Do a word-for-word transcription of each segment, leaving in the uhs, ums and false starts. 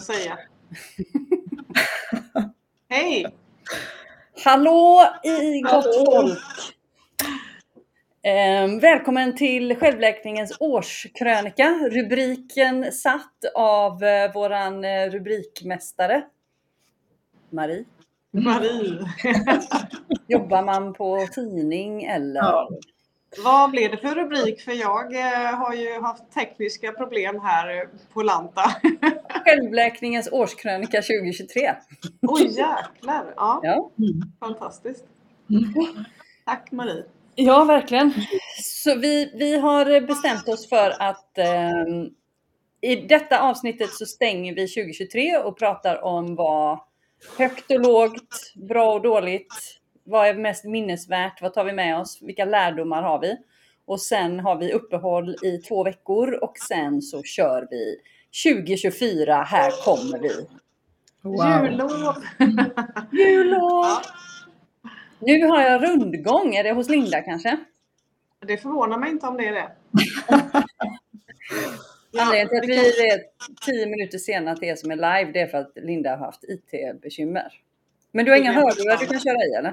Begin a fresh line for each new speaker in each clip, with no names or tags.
säga. Hej!
Hallå i gott folk! Eh, välkommen till Självläkningens årskrönika. Rubriken satt av eh, våran eh, rubrikmästare Marie.
Marie.
Jobbar man på tidning eller?
Ja.
Vad blev det för rubrik? För jag eh, har ju haft tekniska problem här på Lanta.
Självläkningens årskrönika tjugohundratjugotre.
Oj jäklar! Ja,
Ja.
fantastiskt.
Mm.
Tack Marie.
Ja, verkligen. Så vi, vi har bestämt oss för att eh, i detta avsnittet så stänger vi tjugohundratjugotre och pratar om vad högt och lågt, bra och dåligt, vad är mest minnesvärt, vad tar vi med oss, vilka lärdomar har vi. Och sen har vi uppehåll i två veckor och sen så kör vi tjugohundratjugofyra, här kommer vi.
Wow.
Jullov!
Jullov!
Ja,
Nu har jag rundgång, är det hos Linda kanske?
det förvånar mig inte om det är det.
Anledningen till att
det
vi
kan-
är tio minuter sena till er som är live, det är för att Linda har haft I T-bekymmer. Men du har inga
Det är
hörlurar du kan köra i, eller?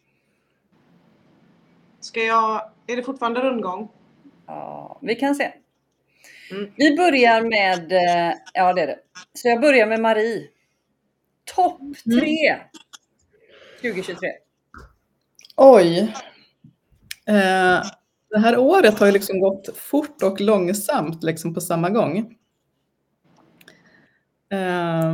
Ska jag... Är det fortfarande rundgång?
Ja, vi kan se.
Mm.
Vi börjar med, eh, ja det är det. Så jag börjar med Marie. Topp tre tjugohundratjugotre.
Oj. Eh, det här året har ju liksom gått fort och långsamt liksom på samma gång. Eh,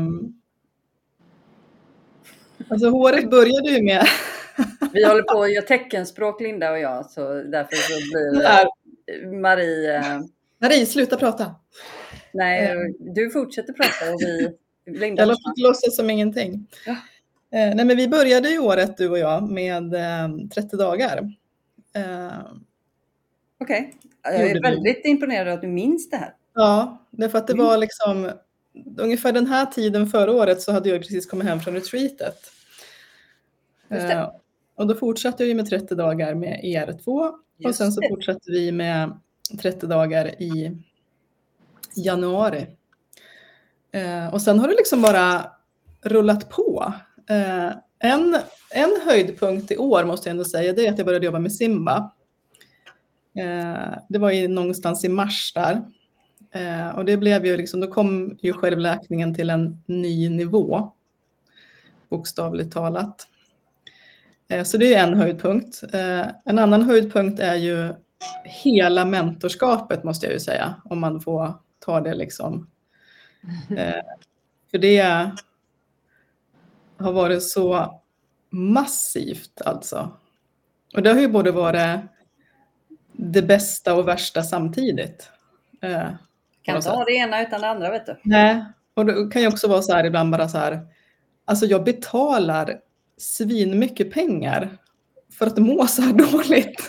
alltså året började ju med...
Vi håller på att göra teckenspråk, Linda och jag, så därför så blir
Där.
eh, Marie... Eh,
Marie, sluta prata.
nej, du fortsätter prata och vi... Linda,
Jag låter låtsas som ingenting.
Ja.
Eh, nej, men vi började ju året, du och jag, med eh, trettio dagar. Eh,
okej. Jag är
Gjorde vi.
väldigt imponerad av att du minns det här.
Ja, därför att det
Mm.
var liksom ungefär den här tiden förra året så hade jag precis kommit hem från retreatet.
Just det.
Eh, och då fortsatte jag ju med trettio dagar med E R två och
Just
sen så
det.
fortsatte vi med trettio dagar i januari. Eh, och sen har det liksom bara rullat på. Eh, en, en höjdpunkt i år måste jag ändå säga, det är att jag började jobba med Simba. Eh, det var ju någonstans i mars där. Eh, och det blev ju liksom, då kom ju självläkningen till en ny nivå. Bokstavligt talat. Eh, så det är en höjdpunkt. Eh, en annan höjdpunkt är ju hela mentorskapet måste jag ju säga. Om man får ta det liksom. Eh, för det har varit så massivt alltså. Och det har ju både varit det bästa och värsta samtidigt. Eh,
Kan inte ha det ena utan det andra, vet du.
Nej, och det kan ju också vara så här ibland bara så här. Alltså jag betalar svin mycket pengar för att må så här dåligt.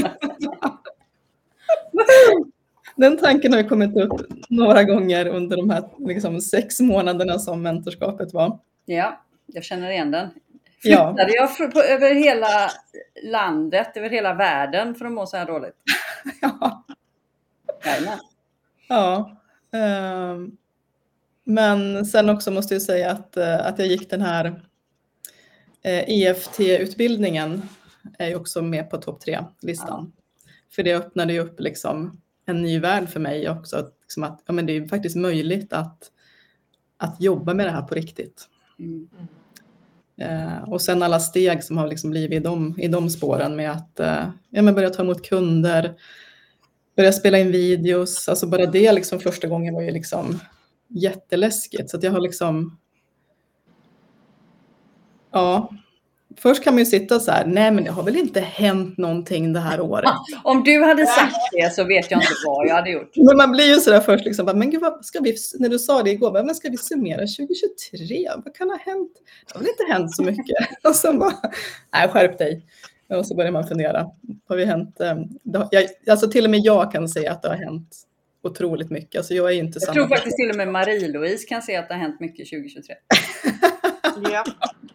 Den tanken har ju kommit upp några gånger under de här liksom, sex månaderna som mentorskapet var.
Ja, jag känner igen den.
Ja.
Flyttade jag fr- på, över hela landet, över hela världen för att må så här dåligt?
Ja.
Jajamän.
Ja. ehm, Men sen också måste jag säga att, eh, att jag gick den här eh, E F T-utbildningen är ju också med på topp tre-listan. För det öppnade ju upp liksom en ny värld för mig också. Att, liksom att ja, men det är faktiskt möjligt att, att jobba med det här på riktigt.
Mm.
Eh, och sen alla steg som har liksom blivit i de, i de spåren med att eh, ja, men börja ta emot kunder, börja spela in videos. Alltså bara det liksom första gången var ju liksom jätteläskigt. Så att jag har liksom... Ja. Först kan man ju sitta så här, nej men det har väl inte hänt någonting det här året.
Om du hade sagt det så vet jag inte vad jag hade gjort.
Men man blir ju så där först liksom, bara, men gud vad ska vi, när du sa det igår, bara, men ska vi summera tjugohundratjugotre? Vad kan ha hänt? Det har väl inte hänt så mycket. Och så bara, nej skärp dig. Och så börjar man fundera, har vi hänt? Det har, jag, alltså till och med jag kan säga att det har hänt otroligt mycket. Alltså jag är inte
Jag
samma
tror faktiskt till och med Marie-Louise kan se att det har hänt mycket tjugohundratjugotre.
Ja.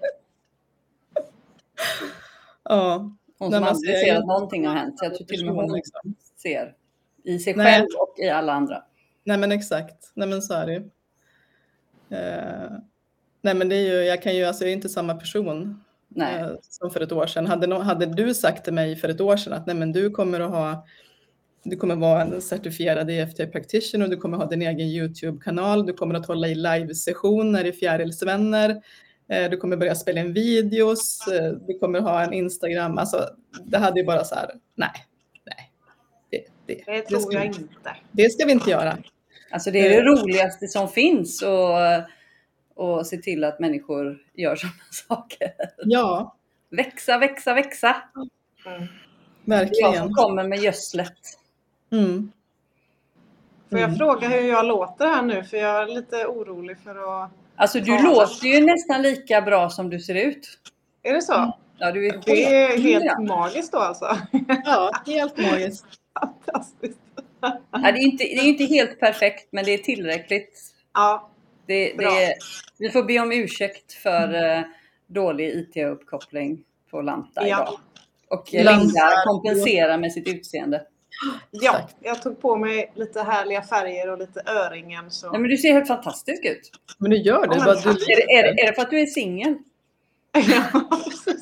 Ja.
Hon
Nej,
som
men
aldrig
jag är
ser
ju-
att någonting har hänt. Så jag tror till och med hon
liksom.
ser i sig
Nej.
själv och i alla andra.
Nej men exakt, nej men så är det ju. Eh, nej men det är ju, jag kan ju, alltså jag är inte samma person
Nej.
eh, som för ett år sedan. Hade, no, hade du sagt till mig för ett år sedan att nej men du kommer att ha, du kommer vara en certifierad E F T practitioner och du kommer ha din egen YouTube-kanal, du kommer att hålla i live-sessioner i Fjärilsvänner, eh, du kommer börja spela in videos, eh, du kommer ha en Instagram, alltså det hade ju bara så här, nej, nej. Det, det,
Det tror
ska,
jag inte.
Det ska vi inte göra.
Alltså det är det roligaste som finns och, och se till att människor gör sådana saker.
Ja.
Växa, växa, växa.
Mm.
Verkligen.
Jag som kommer med gödslet.
Mm.
Får jag
Mm.
fråga hur jag låter här nu? För jag är lite orolig för att...
Alltså du
Ja.
låter ju nästan lika bra som du ser ut.
Är det så?
Ja, du är
Det är
skitfin,
helt
ja.
magiskt då alltså.
Ja, helt magiskt.
Fantastiskt.
Ja, det är inte, det är inte helt perfekt, men det är tillräckligt.
Ja,
Det,
Bra.
det, vi får be om ursäkt för eh, dålig I T-uppkoppling på Lanta
Ja.
idag. Och
Lanta.
Linda kompenserar med sitt utseende.
ja,
Exakt.
jag tog på mig lite härliga färger och lite öringen. Så.
Nej, men du ser helt fantastisk ut.
Men du gör det.
Ja, men
Vad du
tack.
Är det, är det, är det för att du är singel?
Ja, precis.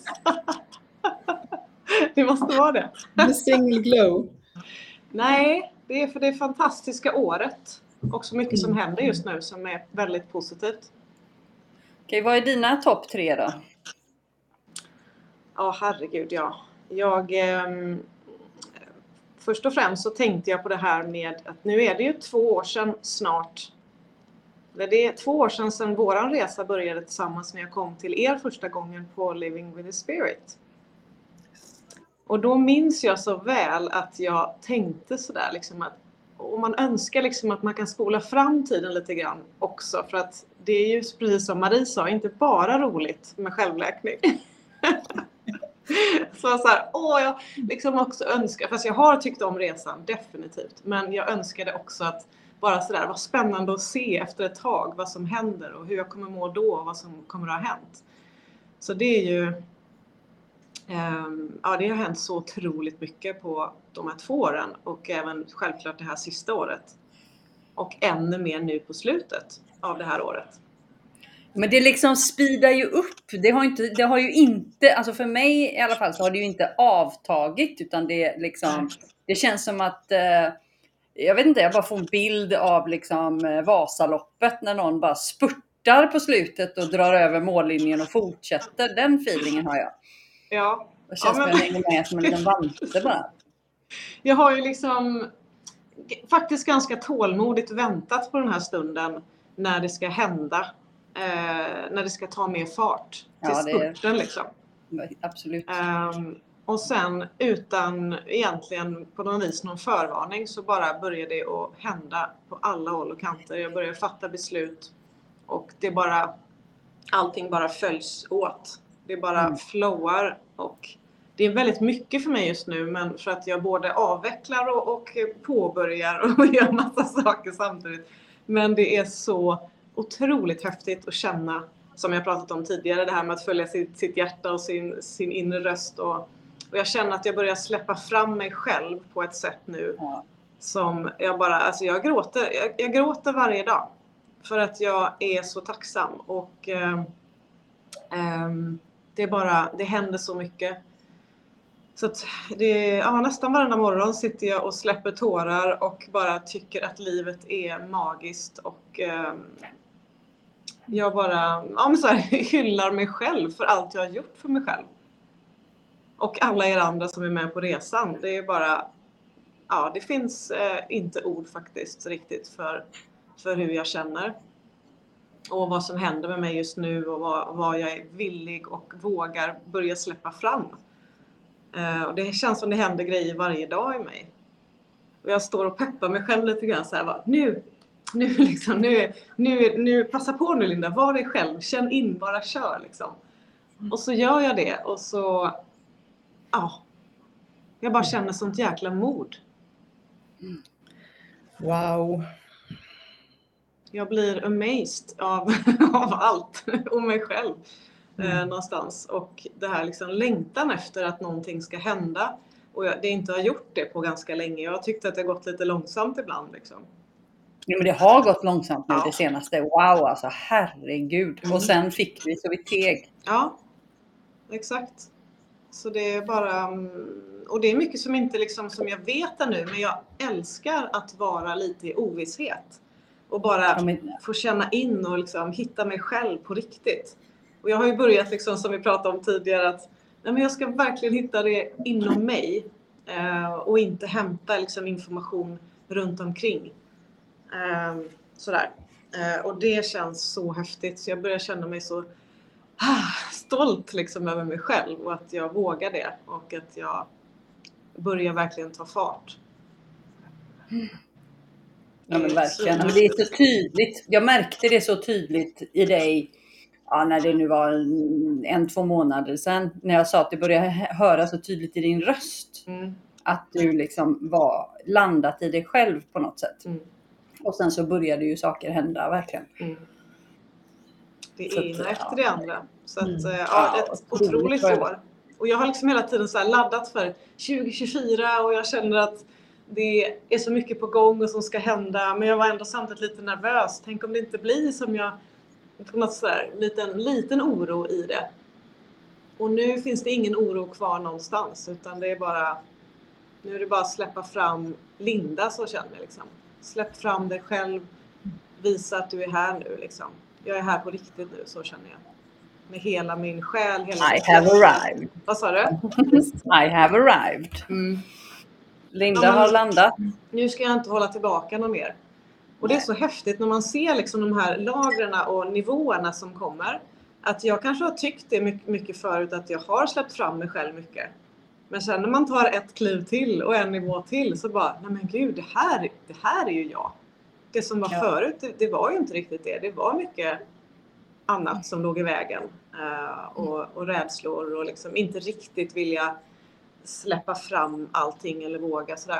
Det måste vara det.
The single glow.
Nej, det är för det fantastiska året. Och så mycket som händer just nu som är väldigt positivt.
Okej, vad är dina topp tre då?
Ja, herregud ja. Jag, ehm, först och främst så tänkte jag på det här med att nu är det ju två år sedan snart. Det är två år sedan sedan våran resa började tillsammans när jag kom till er första gången på Living with the Spirit. Och då minns jag så väl att jag tänkte sådär liksom att och man önskar liksom att man kan spola fram tiden lite grann också. För att det är ju precis som Marie sa, inte bara roligt med självläkning. Så så här, åh jag liksom också önskar, fast jag har tyckt om resan, definitivt. Men jag önskade också att bara sådär, vad spännande att se efter ett tag vad som händer och hur jag kommer må då och vad som kommer att ha hänt. Så det är ju, um, ja det har hänt så otroligt mycket på de här två åren och även självklart det här sista året. Och ännu mer nu på slutet av det här året.
Men det liksom speedar ju upp. Det har, inte, det har ju inte, alltså för mig i alla fall så har det ju inte avtagit. Utan det liksom, det känns som att, eh, jag vet inte, jag bara får en bild av liksom eh, Vasaloppet. När någon bara spurtar på slutet och drar över mållinjen och fortsätter. Den feelingen har jag.
Ja.
Det känns
Ja,
som
men...
att jag hänger med som en liten vante bara.
Jag har ju liksom faktiskt ganska tålmodigt väntat på den här stunden när det ska hända. Eh, när det ska ta mer fart till
Ja, det är-
spurten liksom.
Absolut.
Um, och sen utan egentligen på något vis någon förvarning så bara började det att hända på alla håll och kanter. Jag började fatta beslut och det bara, allting bara följs åt. Det bara
Mm.
flowar och det är väldigt mycket för mig just nu, men för att jag både avvecklar och, och påbörjar och gör massa saker samtidigt. Men det är så otroligt häftigt att känna, som jag pratat om tidigare, det här med att följa sitt, sitt hjärta och sin, sin inre röst. Och, och jag känner att jag börjar släppa fram mig själv på ett sätt nu
Ja.
som jag bara, alltså jag gråter, jag, jag gråter varje dag. För att jag är så tacksam och eh, eh, det är bara, det händer så mycket. Så att det, ja, nästan varenda morgon sitter jag och släpper tårar och bara tycker att livet är magiskt och eh, jag bara ja, men så här, hyllar mig själv för allt jag har gjort för mig själv. Och alla er andra som är med på resan. Det är bara, ja det finns eh, inte ord faktiskt riktigt för, för hur jag känner. Och vad som händer med mig just nu och vad, vad jag är villig och vågar börja släppa fram. Uh, och det känns som det händer grejer varje dag i mig. Och jag står och peppar mig själv lite grann så här, va, nu, nu liksom, nu, nu, nu, passa på nu Linda, var dig själv, känn in, bara kör liksom. Och så gör jag det och så, ja, jag bara känner sånt jäkla mod.
Wow.
Jag blir amazed av, av allt och mig själv. Eh, någonstans och det här liksom längtan efter att någonting ska hända och jag, det inte har gjort det på ganska länge. Jag har tyckt att det har gått lite långsamt ibland liksom.
Ja, men det har gått långsamt nu
Ja.
det senaste. Wow, alltså herregud.
Mm.
Och sen fick vi så vi teg.
Ja, exakt. Så det är bara, och det är mycket som inte liksom som jag vet ännu, men jag älskar att vara lite i ovisshet. Och bara
Ja, men-
få känna in och liksom hitta mig själv på riktigt. Och jag har ju börjat liksom som vi pratade om tidigare att nej, men jag ska verkligen hitta det inom mig. Eh, och inte hämta liksom information runt omkring. Eh, sådär. Eh, och det känns så häftigt. Så jag börjar känna mig så ah, stolt liksom över mig själv. Och att jag vågar det. Och att jag börjar verkligen ta fart.
Ja, men
Det är
verkligen.
så-
Men det är så tydligt. Jag märkte det så tydligt i dig. Ja, när det nu var en, en, två månader sedan. När jag sa att det började höra så tydligt i din röst.
Mm,
Att du liksom var landat i dig själv på något sätt.
mm,
Och sen så började ju saker hända verkligen.
mm. Det
Så att,
ena efter
ja.
det andra. Så att,
Mm.
eh, ja,
Ja,
ett
otroligt
otroligt
bra.
år. Och jag har liksom hela tiden så här laddat för tjugo tjugofyra och jag känner att det är så mycket på gång och som ska hända. Men jag var ändå samtidigt lite nervös. Tänk om det inte blir som jag, på något så här, liten, liten oro i det. Och nu finns det ingen oro kvar någonstans. Utan det är bara, nu är det bara att släppa fram Linda, så känner jag liksom. Släpp fram dig själv. Visa att du är här nu liksom. Jag är här på riktigt nu, så känner jag. Med hela min själ. Hela
I
mitt
have
hjärta.
arrived.
Vad sa du?
I have arrived.
Mm.
Linda
Ja, men-
har landat.
Nu ska jag inte hålla tillbaka något mer. Och det är så häftigt när man ser liksom de här lagren och nivåerna som kommer. Att jag kanske har tyckt det mycket, mycket förut, att jag har släppt fram mig själv mycket. Men sen när man tar ett kliv till och en nivå till så bara, nej men gud, det här, det här är ju jag. Det som var
Ja.
förut, det, det var ju inte riktigt det. Det var mycket annat som låg i vägen. Uh, och, och rädslor och liksom inte riktigt vilja släppa fram allting eller våga sådär.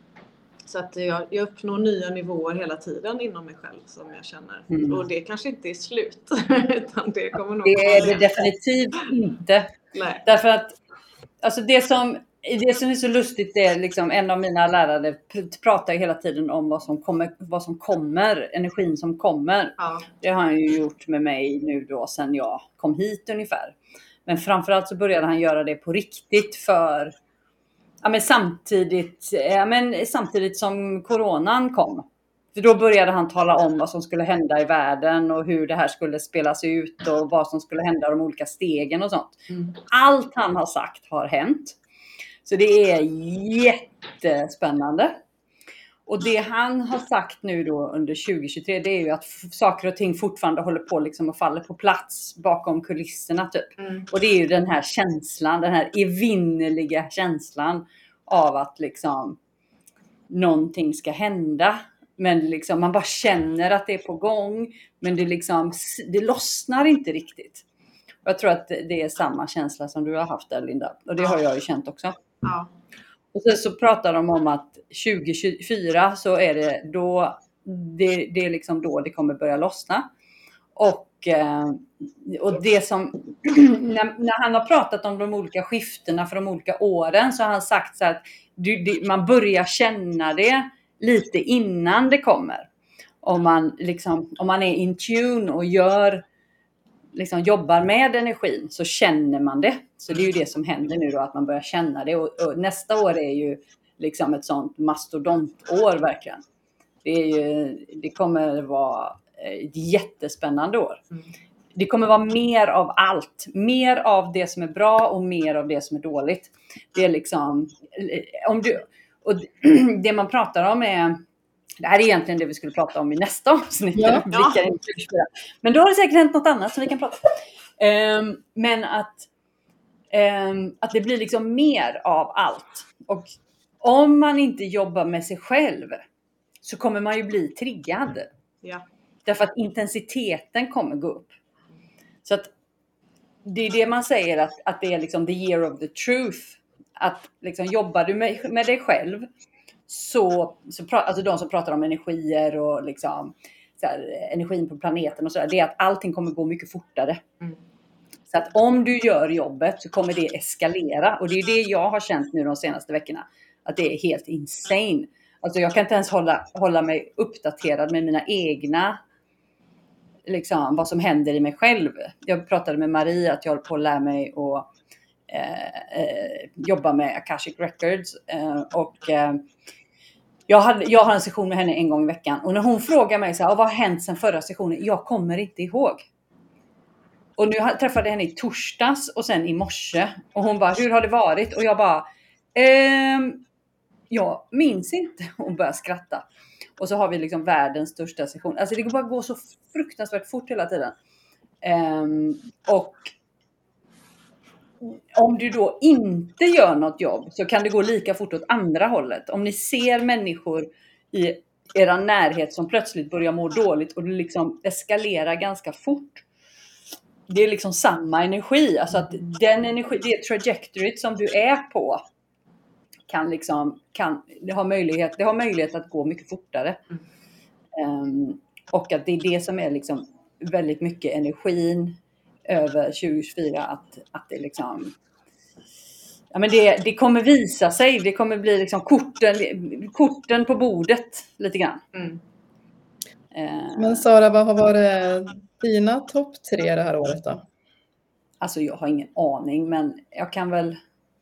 Så att jag, jag uppnår nya nivåer hela tiden inom mig själv som jag känner.
Mm.
Och det kanske inte är slut. Utan det kommer nog
Det är
komma
det
mer.
definitivt inte.
Nej.
Därför att alltså det som, det som är så lustigt är liksom en av mina lärare pr- pratar hela tiden om vad som kommer, vad som kommer, energin som kommer.
Ja.
Det har han ju gjort med mig nu då sedan jag kom hit ungefär. Men framförallt så började han göra det på riktigt för ja, men samtidigt, ja, men samtidigt som coronan kom. För då började han tala om vad som skulle hända i världen och hur det här skulle spelas ut och vad som skulle hända de olika stegen och sånt.
Mm.
Allt han har sagt har hänt. Så det är jättespännande. Och det han har sagt nu då under tjugo tjugotre, det är ju att f- saker och ting fortfarande håller på liksom och faller på plats bakom kulisserna typ.
Mm.
Och det är ju den här känslan, den här evinnerliga känslan av att liksom någonting ska hända. Men liksom man bara känner att det är på gång. Men det liksom, det lossnar inte riktigt. Och jag tror att det är samma känsla som du har haft där, Linda. Och det har jag ju känt också.
Ja.
Och sen så pratar de om att tjugo tjugofyra så är det då det, det är liksom då det kommer börja lossna. Och, eh, och det som när, när han har pratat om de olika skiftena för de olika åren så har han sagt så här att du, det, man börjar känna det lite innan det kommer. Om man liksom om man är in tune och gör liksom jobbar med energin så känner man det. Så det är ju det som händer nu då, att man börjar känna det. Och, och nästa år är ju liksom ett sånt mastodontår verkligen. Det, är ju, det kommer vara ett jättespännande år.
Mm.
Det kommer vara mer av allt. Mer av det som är bra och mer av det som är dåligt. Det är liksom... Om du, och det man pratar om är... Det här är egentligen det vi skulle prata om i nästa avsnitt.
Ja.
Ja. Men då har det säkert hänt något annat som vi kan prata om. Um, men att, um, att det blir liksom mer av allt. Och om man inte jobbar med sig själv så kommer man ju bli triggad.
Ja.
Därför att intensiteten kommer gå upp. Så att det är det man säger att, att det är liksom the year of the truth. Att liksom jobbar du med, med dig själv så, så pra, alltså de som pratar om energier och liksom så här, energin på planeten och sådär, det är att allting kommer gå mycket fortare.
Mm.
Så att om du gör jobbet så kommer det eskalera. Och det är det jag har känt nu de senaste veckorna. Att det är helt insane. Alltså jag kan inte ens hålla, hålla mig uppdaterad med mina egna, liksom vad som händer i mig själv. Jag pratade med Marie att jag håller på att lära mig att eh, eh, jobba med Akashic Records. Eh, och eh, jag, hade, jag har en session med henne en gång i veckan. Och när hon frågar mig så här, vad har hänt sedan förra sessionen? Jag kommer inte ihåg. Och nu träffade jag henne i torsdags och sen i morse. Och hon bara, hur har det varit? Och jag bara, ehm, jag minns inte. Hon börjar skratta. Och så har vi liksom världens största session. Alltså det går bara gå så fruktansvärt fort hela tiden. Um, och om du då inte gör något jobb så kan det gå lika fort åt andra hållet. Om ni ser människor i era närhet som plötsligt börjar må dåligt och det liksom eskalerar ganska fort. Det är liksom samma energi. Alltså att den energi, det trajectory som du är på kan liksom, kan, det har möjlighet, det har möjlighet att gå mycket fortare. Um, och att det är det som är liksom väldigt mycket energin över tjugo tjugofyra, att, att det liksom, ja men det, det kommer visa sig, det kommer bli liksom korten, korten på bordet lite grann. Mm.
Uh, men Sara, vad har varit dina topp tre det här året då?
Alltså jag har ingen aning, men jag kan väl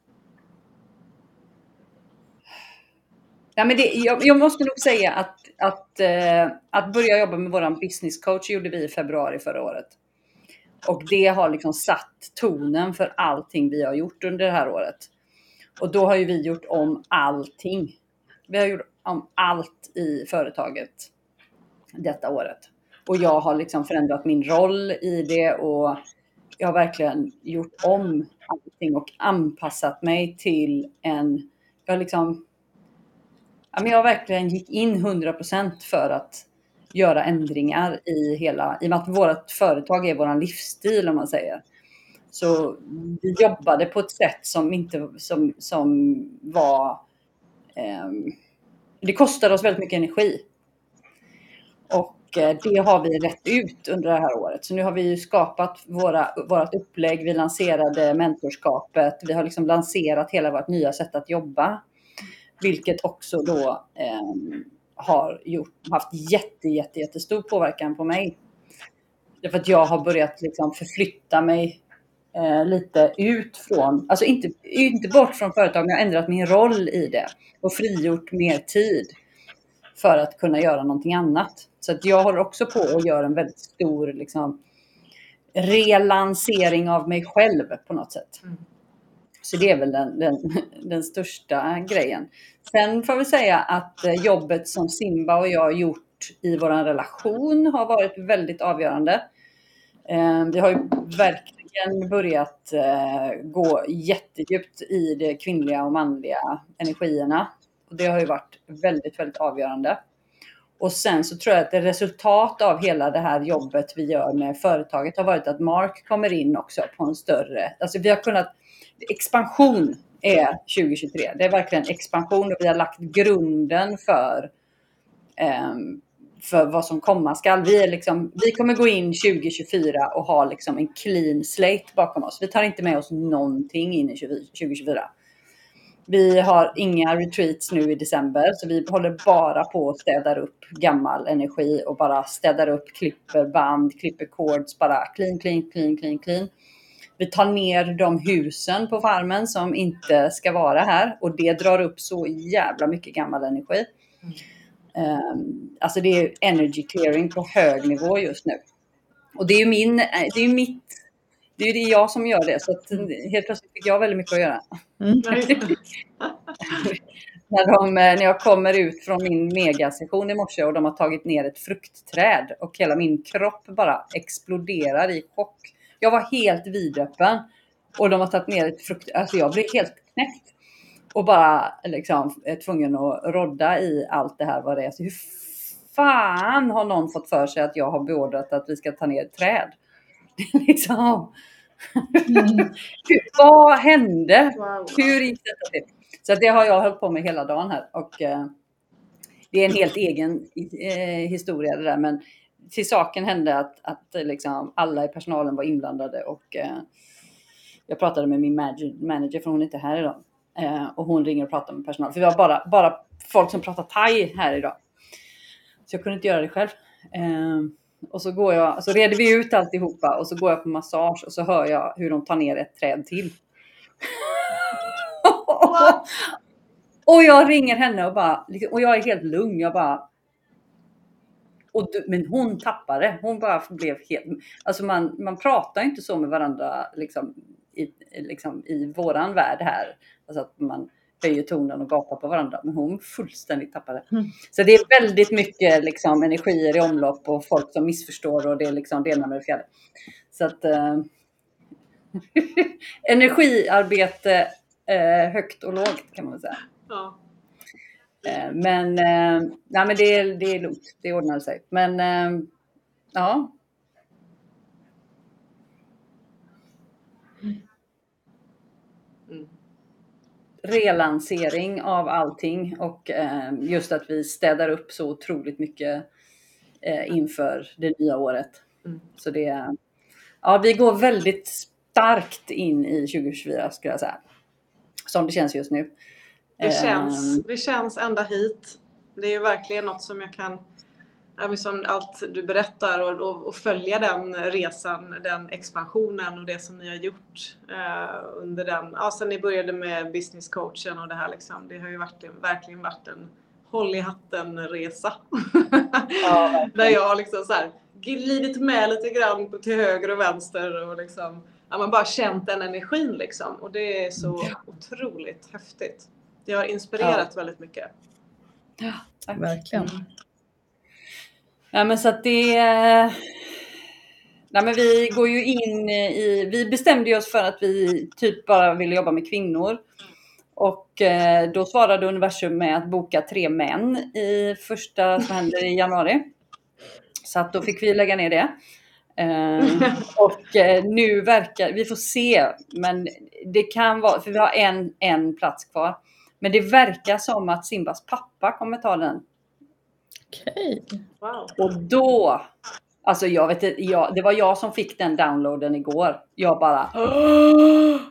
Ja, men det, jag, jag måste nog säga att, att, eh, att börja jobba med våran business coach gjorde vi i februari förra året. Och det har liksom satt tonen för allting vi har gjort under det här året. Och då har ju vi gjort om allting. Vi har gjort om allt i företaget detta året. Och jag har liksom förändrat min roll i det och jag har verkligen gjort om allting och anpassat mig till en, jag liksom Ja, men jag verkligen gick in hundra procent för att göra ändringar i hela, i och med att vårt företag är våran livsstil om man säger. Så vi jobbade på ett sätt som inte, som, som var, eh, det kostade oss väldigt mycket energi. Och eh, det har vi rätt ut under det här året. Så nu har vi ju skapat våra, vårat upplägg, vi lanserade mentorskapet, vi har liksom lanserat hela vårt nya sätt att jobba. Vilket också då eh, har gjort, haft jätte, jätte, jättestor påverkan på mig. Därför att jag har börjat liksom förflytta mig eh, lite ut från, alltså inte, inte bort från företag, men jag har ändrat min roll i det. Och frigjort mer tid för att kunna göra någonting annat. Så att jag håller också på att göra en väldigt stor liksom, relansering av mig själv på något sätt. Mm. Så det är väl den, den, den största grejen. Sen får vi säga att jobbet som Simba och jag har gjort i vår relation har varit väldigt avgörande. Vi har ju verkligen börjat gå jättedjupt i de kvinnliga och manliga energierna. Och det har ju varit väldigt, väldigt avgörande. Och sen så tror jag att det resultat av hela det här jobbet vi gör med företaget har varit att Mark kommer in också på en större... Alltså vi har kunnat... Expansion är tjugo tjugotre. Det är verkligen expansion och vi har lagt grunden för, um, för vad som komma skall. Vi, är liksom, vi kommer gå in tjugo tjugofyra och ha liksom en clean slate bakom oss. Vi tar inte med oss någonting in i tjugo tjugofyra. Vi har inga retreats nu i december, så vi håller bara på att städa upp gammal energi och bara städar upp, klipper band, klipper cords, bara clean, clean, clean, clean, clean. Vi tar ner de husen på farmen som inte ska vara här. Och det drar upp så jävla mycket gammal energi. Mm. Um, alltså det är energy clearing på hög nivå just nu. Och det är ju min, det är ju mitt, det är ju det jag som gör det. Så att helt plötsligt fick jag väldigt mycket att göra. Mm. när, de, när jag kommer ut från min megasession i morse och de har tagit ner ett fruktträd. Och hela min kropp bara exploderar i chock. Jag var helt vidöppen och de har tagit ner ett frukt. Alltså jag blev helt knäckt och bara liksom är tvungen att rodda i allt det här vad det är. Så hur fan har någon fått för sig att jag har beordrat att vi ska ta ner ett träd? Det är liksom... Mm. Vad hände? Wow. Hur gick det till? Så det har jag hållit på med hela dagen här och eh, det är en helt egen eh, historia det där, men till saken hände att, att liksom alla i personalen var inblandade och eh, jag pratade med min manager, för hon är inte här idag. Eh, och hon ringer och pratar med personal. För vi har bara, bara folk som pratar thai här idag. Så jag kunde inte göra det själv. Eh, och så går jag, så reder vi ut alltihopa. Och så går jag på massage. Och så hör jag hur de tar ner ett träd till. Och jag ringer henne och bara, och jag är helt lugn. Jag bara, och du, men hon tappade. Hon bara blev helt, alltså man, man pratar inte så med varandra liksom i, liksom i våran värld här. Alltså att man höjer tonen och gapar på varandra. Men hon fullständigt tappade. Mm. Så det är väldigt mycket liksom energier i omlopp och folk som missförstår och det är liksom det ena med det fjärde. Så att eh, energiarbete eh, högt och lågt kan man säga.
Ja.
Eh, men, eh, nej, men det, är, det är lugnt. Det ordnar sig. Men eh, ja.
Mm.
Relansering av allting och eh, just att vi städar upp så otroligt mycket eh, inför det nya året.
Mm.
Så det, ja, vi går väldigt starkt in i tjugo tjugofyra skulle jag säga. Som det känns just nu.
Det känns, det känns ända hit. Det är ju verkligen något som jag kan, som allt du berättar och, och, och följa den resan, den expansionen och det som ni har gjort eh, under den, ja, sen ni började med business coachen och det här liksom, det har ju verkligen, verkligen varit en håll i hatten resa. Ja, där jag har liksom så här glidit med lite grann till höger och vänster och liksom, ja, man bara känt den energin liksom, och det är så ja. otroligt häftigt. Det har inspirerat ja. väldigt mycket.
Ja, tack.
Verkligen.
Mm. Ja, men så att det... Nej, men vi går ju in i... Vi bestämde oss för att vi typ bara ville jobba med kvinnor. Och eh, då svarade universum med att boka tre män i första som händer i januari. Så att då fick vi lägga ner det. Eh, och eh, nu verkar... Vi får se. Men det kan vara... För vi har en, en plats kvar. Men det verkar som att Simbas pappa kommer ta den.
Okej.
Okay. Wow.
Och då, alltså jag vet inte, jag, det var jag som fick den downloaden igår. Jag bara, åh!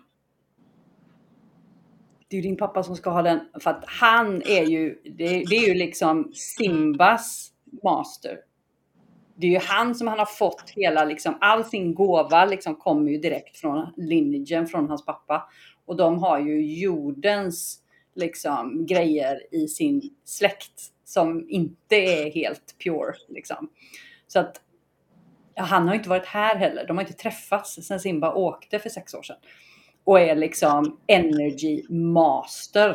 Det är ju din pappa som ska ha den. För att han är ju, det, det är ju liksom Simbas master. Det är ju han som han har fått hela, liksom, all sin gåva liksom kommer ju direkt från lineagen från hans pappa. Och de har ju jordens liksom grejer i sin släkt som inte är helt pure liksom. Så att ja, han har inte varit här heller. De har inte träffats sedan Simba åkte för sex år sedan. Och är liksom energy master.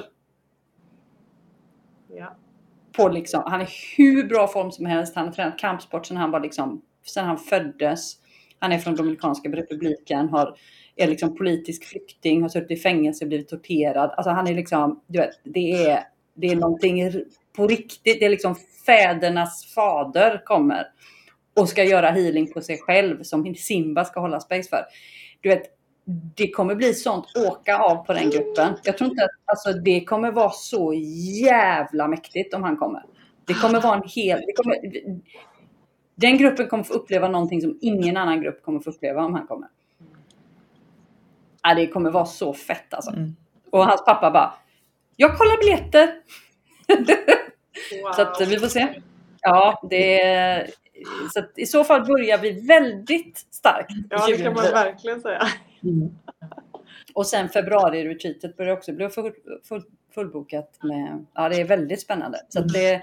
Ja.
På liksom, han är hur bra form som helst. Han har tränat kampsport sedan han var liksom, sedan han föddes. Han är från Dominikanska republiken, har är liksom politisk flykting, har suttit i fängelse, blivit torterad. Alltså han är liksom, du vet, det är det är någonting på riktigt. Det är liksom fädernas fader kommer och ska göra healing på sig själv som Simba ska hålla space för. Du vet, det kommer bli sånt åka av på den gruppen. Jag tror inte att alltså, det kommer vara så jävla mäktigt om han kommer. Det kommer vara en hel... Det kommer, den gruppen kommer få uppleva någonting som ingen annan grupp kommer få uppleva om han kommer. Ja, det kommer vara så fett alltså. Mm. Och hans pappa bara, jag kollar biljetter. Wow. Så att vi får se. Ja, det är... Så att i så fall börjar vi väldigt starkt.
Ja, det kan man verkligen säga.
Mm. Och sen februari-retreatet börjar också bli full, full, fullbokat med... Ja, det är väldigt spännande. Så att det...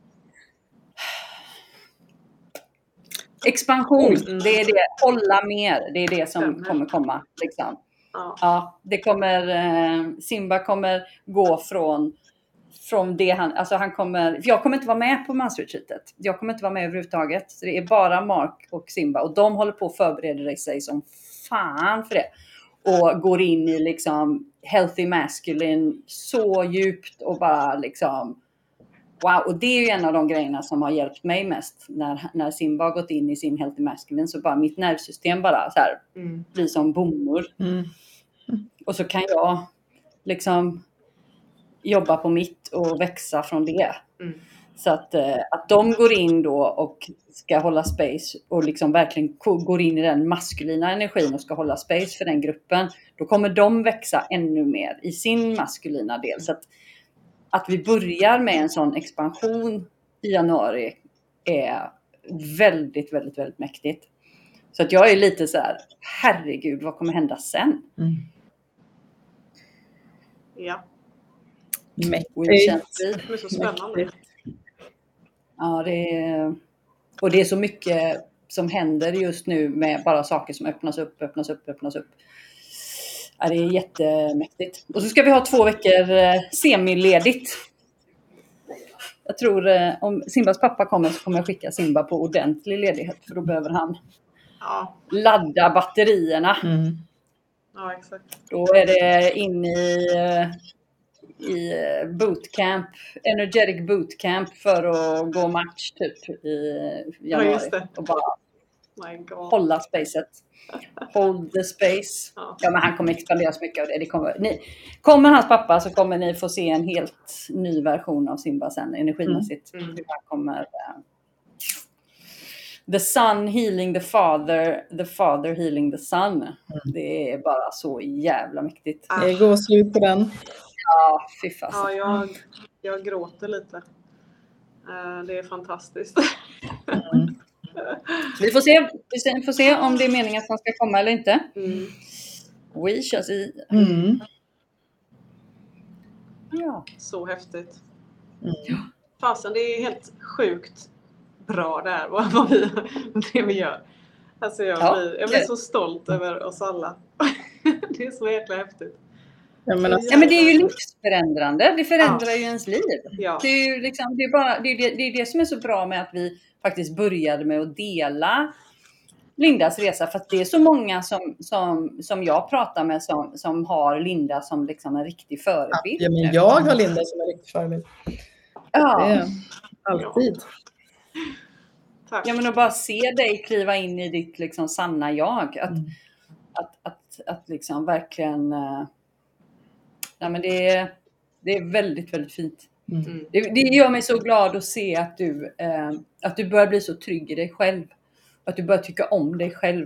Expansion, det är det. Hålla mer, det är det som kommer komma. Liksom. Ja. Ja, det kommer... Eh, Simba kommer gå från... Från det han... Alltså han kommer... Jag kommer inte vara med på mansretreatet. Jag kommer inte vara med överhuvudtaget. Så det är bara Mark och Simba. Och de håller på att förbereda sig som fan för det. Och går in i liksom healthy masculine så djupt och bara liksom wow. Och det är ju en av de grejerna som har hjälpt mig mest när, när Simba har gått in i sin healthy masculine, så bara mitt nervsystem bara så här mm. blir som bomull. Mm. Mm. Och så kan jag liksom jobba på mitt och växa från det. Mm. Så att, eh, att de går in då och ska hålla space och liksom verkligen går in i den maskulina energin och ska hålla space för den gruppen. Då kommer de växa ännu mer i sin maskulina del. Så att, att vi börjar med en sån expansion i januari är väldigt, väldigt, väldigt mäktigt. Så att jag är lite så här, herregud, vad kommer hända sen?
Mm.
Ja.
Mäktigt.
Det är så spännande.
Ja, det är, och det är så mycket som händer just nu med bara saker som öppnas upp, öppnas upp, öppnas upp. Ja, det är jättemäktigt. Och så ska vi ha två veckor eh, semiledigt. Jag tror eh, om Simbas pappa kommer så kommer jag skicka Simba på ordentlig ledighet. För då behöver han
Ja,
ladda batterierna.
Mm.
ja exakt.
Då är det in i, eh, i eh, bootcamp, energetic bootcamp för att gå match typ i januari.
Ja, just det.
Och bara
My God.
hålla spacet. Hold the space.
Ja.
Ja, men han kommer expandera så mycket av det. det kommer, ni, kommer hans pappa så kommer ni få se en helt ny version av Simba sen energimässigt.
Mm.
Hur han kommer... Uh, the son healing the father, the father healing the son. Mm. Det är bara så jävla mäktigt.
Det är gåshud på den.
Ja, fy fasen.
Ja, jag, jag gråter lite. Uh, det är fantastiskt.
Mm.
Vi får se, vi får se om det är meningen att han ska komma eller inte.
Mm.
We shall see.
Mm.
Ja.
Så häftigt.
Mm.
Fasen, det är helt sjukt bra där vad, vad vi, det vi gör. Alltså jag,
Ja.
blir, jag blir så stolt över oss alla. Det är så jäkla häftigt.
Ja, men alltså,
Ja, men det är ju livsförändrande. Det förändrar
Ja.
ju ens liv.
Ja.
Det är ju liksom, det är bara, det är det, det är det som är så bra med att vi faktiskt började med att dela Lindas resa. För att det är så många som, som, som jag pratar med som, som har Linda som liksom en riktig förebild.
ja, men jag har Linda som en riktig förebild.
Ja.
Det är alltid.
Tack.
Ja, men att bara se dig kliva in i ditt liksom sanna jag. Att,
Mm.
att, att, att liksom verkligen... Uh, ja, men det är, det är väldigt, väldigt fint.
Mm.
Det, det gör mig så glad att se att du, eh, att du börjar bli så trygg i dig själv. Att du börjar tycka om dig själv.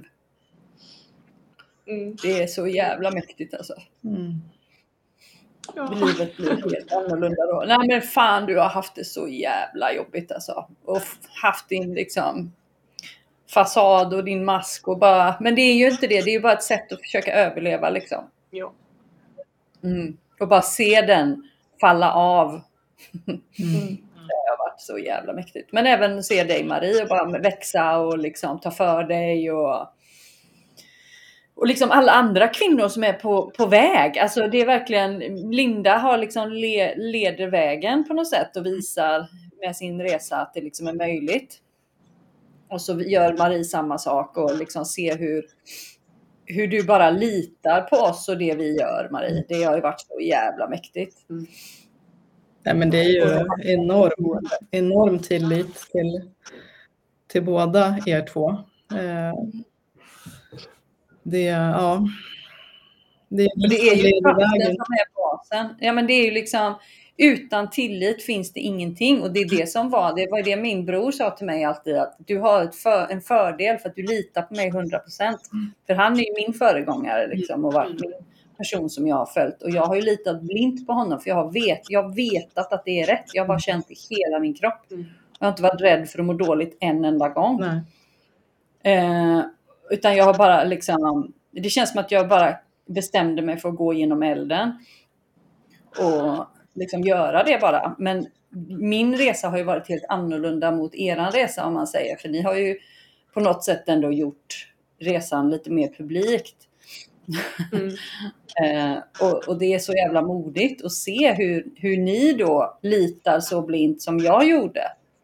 Mm.
Det är så jävla mäktigt alltså.
Mm.
Ja.
Livet blir helt annorlunda då. Nej men fan, du har haft det så jävla jobbigt alltså. Och haft din liksom fasad och din mask och bara... Men det är ju inte det. Det är ju bara ett sätt att försöka överleva liksom.
Ja.
Mm. Och bara se den falla av.
Mm.
Det har varit så jävla mäktigt. Men även se dig Marie och bara växa och liksom ta för dig och... Och liksom alla andra kvinnor som är på, på väg. Alltså det är verkligen, Linda har liksom le, leder vägen på något sätt och visar med sin resa att det liksom är möjligt. Och så gör Marie samma sak och liksom ser hur, hur du bara litar på oss och det vi gör Marie. Det har ju varit så jävla mäktigt.
Mm.
Nej, men det är ju enorm, enorm tillit till, till båda er två. Eh, Det, ja. Det är,
Och det är ju kraften
vägen.
som är basen. Ja, men det är ju liksom, utan tillit finns det ingenting. Och det är det som var, det var det min bror sa till mig alltid. Att du har ett för, en fördel för att du litar på mig hundra procent. För han är ju min föregångare liksom, och varit min person som jag har följt. Och jag har ju litat blint på honom. För jag har vet, jag har vetat att det är rätt. Jag har bara känt i hela min kropp.
Mm.
Jag har inte varit rädd för att må dåligt en enda gång.
Nej.
Eh, utan jag har bara liksom, det känns som att jag bara bestämde mig för att gå genom elden och liksom göra det bara. Men min resa har ju varit helt annorlunda mot eran resa om man säger. För ni har ju på något sätt ändå gjort resan lite mer publikt.
Mm.
eh, och, och det är så jävla modigt att se hur, hur ni då litar så blint som jag gjorde.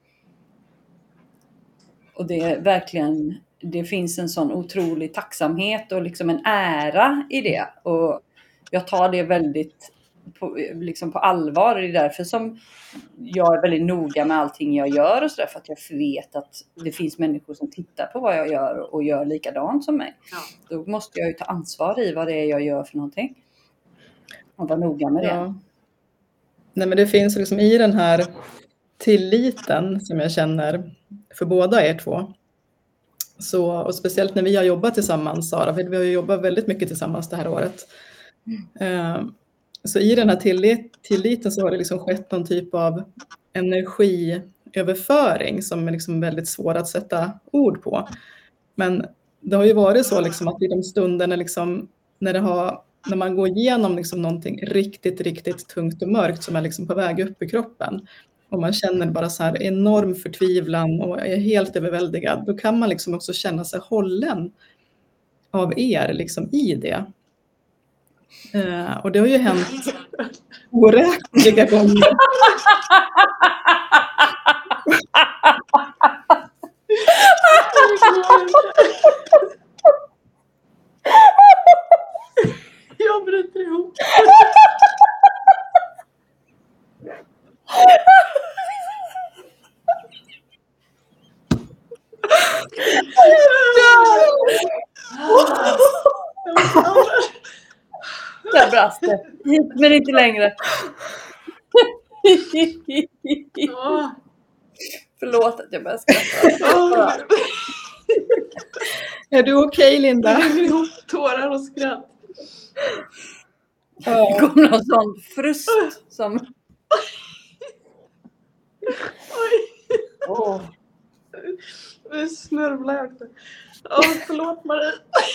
Och det är verkligen, det finns en sån otrolig tacksamhet och liksom en ära i det. Och jag tar det väldigt på, liksom på allvar. Det är därför som jag är väldigt noga med allting jag gör och sådär. För att jag vet att det finns människor som tittar på vad jag gör och gör likadant som mig.
Ja.
Då måste jag ju ta ansvar i vad det är jag gör för någonting. Och vara noga med det.
Ja. Nej, men det finns liksom i den här tilliten som jag känner för båda er två. Så, och speciellt när vi har jobbat tillsammans, Sara, vi har jobbat väldigt mycket tillsammans det här året. Mm. Så i den här tillit, tilliten så har det liksom skett någon typ av energiöverföring som är liksom väldigt svår att sätta ord på. Men det har ju varit så liksom att i de stunderna liksom, när, det har, när man går igenom liksom någonting riktigt, riktigt tungt och mörkt som är liksom på väg upp i kroppen och man känner bara så här enorm förtvivlan och är helt överväldigad, då kan man liksom också känna sig hållen av er liksom i det. Uh, och det har ju hänt oräkneliga gånger.
Jag bryter ihop.
Där brast det. Men inte längre.
Oh.
Förlåt att jag börjar skratta.
Oh.
Är du okej, okay, Linda?
Jag ringer ihop tårar och skratt.
Det kommer någon sån frust som...
Oj.
Oh.
Nu snörvlar jag också. Åh, oh, förlåt Marie.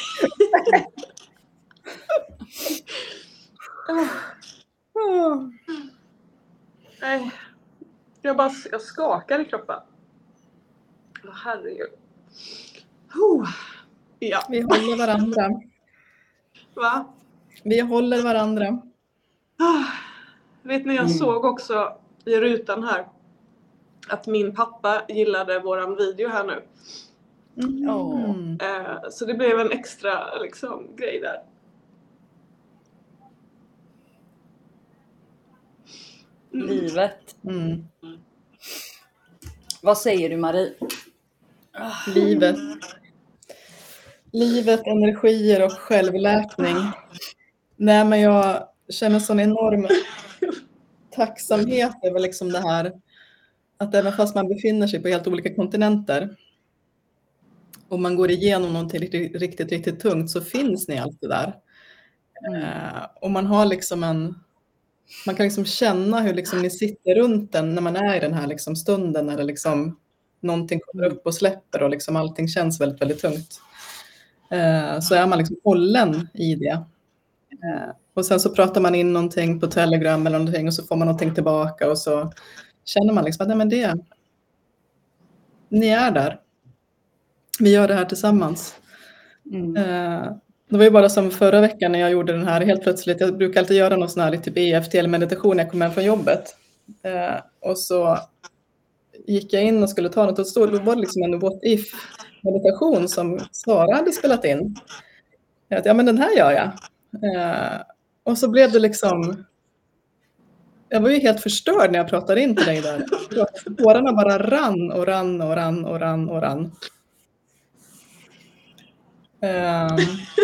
oh. Nej. Jag bara jag skakar i kroppen. Åh, herregud. Oh. Ja.
Vi håller varandra.
Va?
Vi håller varandra.
Ah. Vet ni, jag
Mm.
såg också i rutan här att min pappa gillade våran video här nu.
Mm.
Oh.
Eh, så det blev en extra liksom, grej där.
Mm. Livet.
Mm.
Vad säger du, Marie?
Livet. Livet, energier och självläkning. Nej, men jag känner sån enorm tacksamhet över liksom det här. Att även fast man befinner sig på helt olika kontinenter och man går igenom någonting riktigt, riktigt, riktigt tungt, så finns ni alltid där. Mm. Uh, och man har liksom en... Man kan liksom känna hur liksom ni sitter runt den när man är i den här liksom stunden när det liksom någonting kommer upp och släpper och liksom allting känns väldigt, väldigt tungt. Uh, så är man liksom hållen i det. Uh, och sen så pratar man in någonting på Telegram eller någonting och så får man någonting tillbaka och så känner man liksom att nej, men det, ni är där. Vi gör det här tillsammans. Mm. Uh, det var ju bara som förra veckan när jag gjorde den här helt plötsligt. Jag brukar alltid göra någon sån här typ E F T eller meditation när jag kommer hem från jobbet. Uh, och så gick jag in och skulle ta något och stod, då var det liksom en what if meditation som Sara hade spelat in. Jag, ja men den här gör jag. Uh, och så blev det liksom... Jag var ju helt förstörd när jag pratade in till dig där. Tårarna bara rann och rann och rann och rann och rann. Um,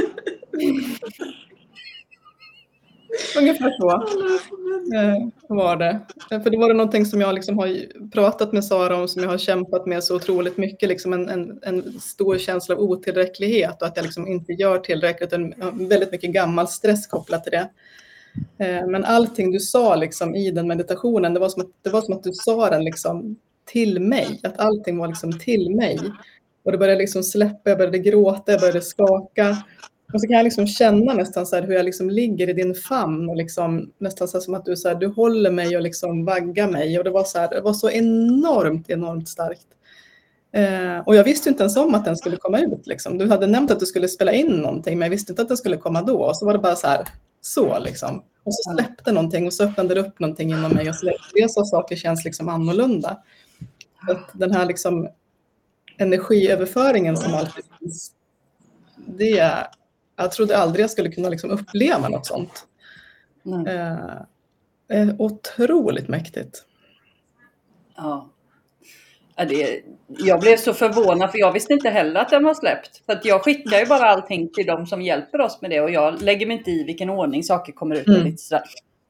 ungefär så uh, var det. För det var det någonting som jag liksom har pratat med Sara om, som jag har kämpat med så otroligt mycket. Liksom en, en, en stor känsla av otillräcklighet och att jag liksom inte gör tillräckligt. En, väldigt mycket gammal stress kopplat till det. Men allting du sa liksom i den meditationen, det var som att, det var som att du sa den liksom till mig. Att allting var liksom till mig. Och det började liksom släppa, jag började gråta, jag började skaka. Och så kan jag liksom känna nästan så här hur jag liksom ligger i din famn. Och liksom, nästan så här som att du, så här, du håller mig och liksom vaggar mig. Och det var så, här, det var så enormt, enormt starkt. Eh, och jag visste inte ens om att den skulle komma ut. Liksom. Du hade nämnt att du skulle spela in någonting, men jag visste inte att den skulle komma då. Och så var det bara så här, så liksom. Och så släppte någonting och så öppnade det upp någonting inom mig. Och så det så saker känns liksom annorlunda. Att den här liksom energiöverföringen som alltid finns, det, jag trodde aldrig jag skulle kunna liksom uppleva något sånt. Mm. Eh, är otroligt mäktigt.
Ja. Ja, det, jag blev så förvånad för jag visste inte heller att den var släppt. För att jag skickar ju bara allting till de som hjälper oss med det. Och jag lägger mig inte i vilken ordning saker kommer ut.
Mm.
Och, lite sådär.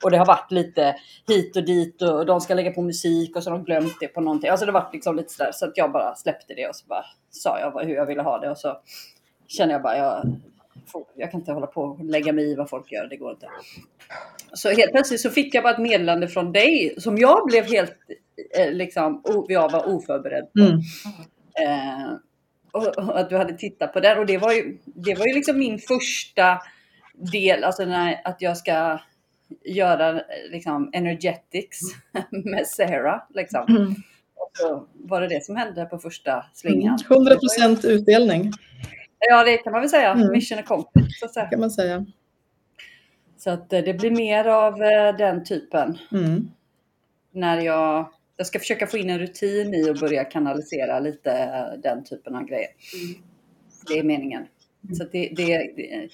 Och det har varit lite hit och dit och de ska lägga på musik och så har de glömt det på någonting. Alltså det har varit liksom lite sådär, så att jag bara släppte det och så bara sa jag hur jag ville ha det. Och så känner jag bara, jag, får, jag kan inte hålla på och lägga mig i vad folk gör, det går inte. Så helt plötsligt så fick jag bara ett meddelande från dig som jag blev helt, eh, liksom, o, jag var oförberedd på.
Mm.
Eh, och, och att du hade tittat på den. Och det var ju, det var ju liksom min första del, alltså när, att jag ska göra liksom energetics med Sarah liksom.
Mm.
Och så var det det som hände på första slingan.
hundra procent utdelning.
Ja, det kan man väl säga.
Mm.
Mission accomplished, så att säga.
Kan man säga.
Så att det blir mer av den typen.
Mm.
När jag, jag ska försöka få in en rutin i och börja kanalisera lite den typen av grejer.
Mm.
Det är meningen. Så att det, det, det,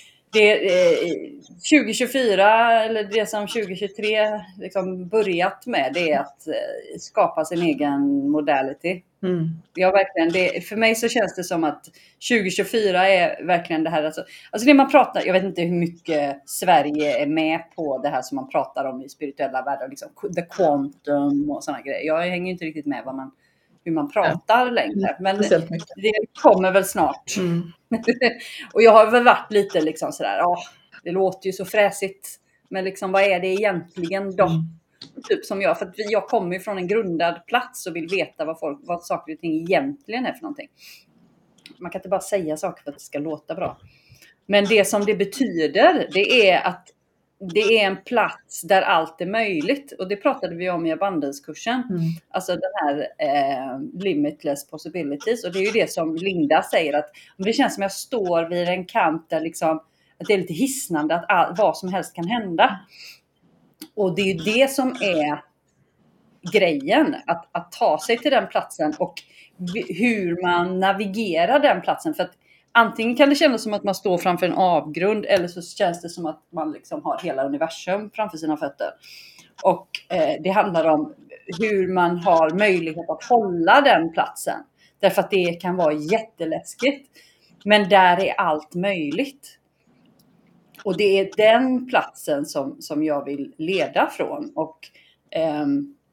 det tjugo tjugofyra eller det som tjugo tjugotre liksom börjat med, det är att skapa sin egen modality.
Mm.
Jag verkligen, det, för mig så känns det som att tjugo tjugofyra är verkligen det här, alltså, alltså det man pratar, jag vet inte hur mycket Sverige är med på det här som man pratar om i spirituella världar, liksom the quantum och sådana grejer. Jag hänger inte riktigt med vad man, hur man pratar ja. längre, men det kommer väl snart. Mm. Och jag har väl varit lite liksom sådär, ja, det låter ju så fräsigt, men liksom vad är det egentligen då? Mm. Typ som jag, för att jag kommer ju från en grundad plats och vill veta vad, folk, vad saker och ting egentligen är för någonting. Man kan inte bara säga saker för att det ska låta bra. Men det som det betyder, det är att det är en plats där allt är möjligt. Och det pratade vi om i abundance-kursen. Mm. Alltså den här eh, limitless possibilities. Och det är ju det som Linda säger, att det känns som jag står vid en kant där liksom, att det är lite hisnande att all, vad som helst kan hända. Och det är ju det som är grejen, att, att ta sig till den platsen och hur man navigerar den platsen. För att antingen kan det kännas som att man står framför en avgrund, eller så känns det som att man liksom har hela universum framför sina fötter. Och eh, det handlar om hur man har möjlighet att hålla den platsen. Därför att det kan vara jätteläskigt. Men där är allt möjligt. Och det är den platsen som, som jag vill leda från. Och eh,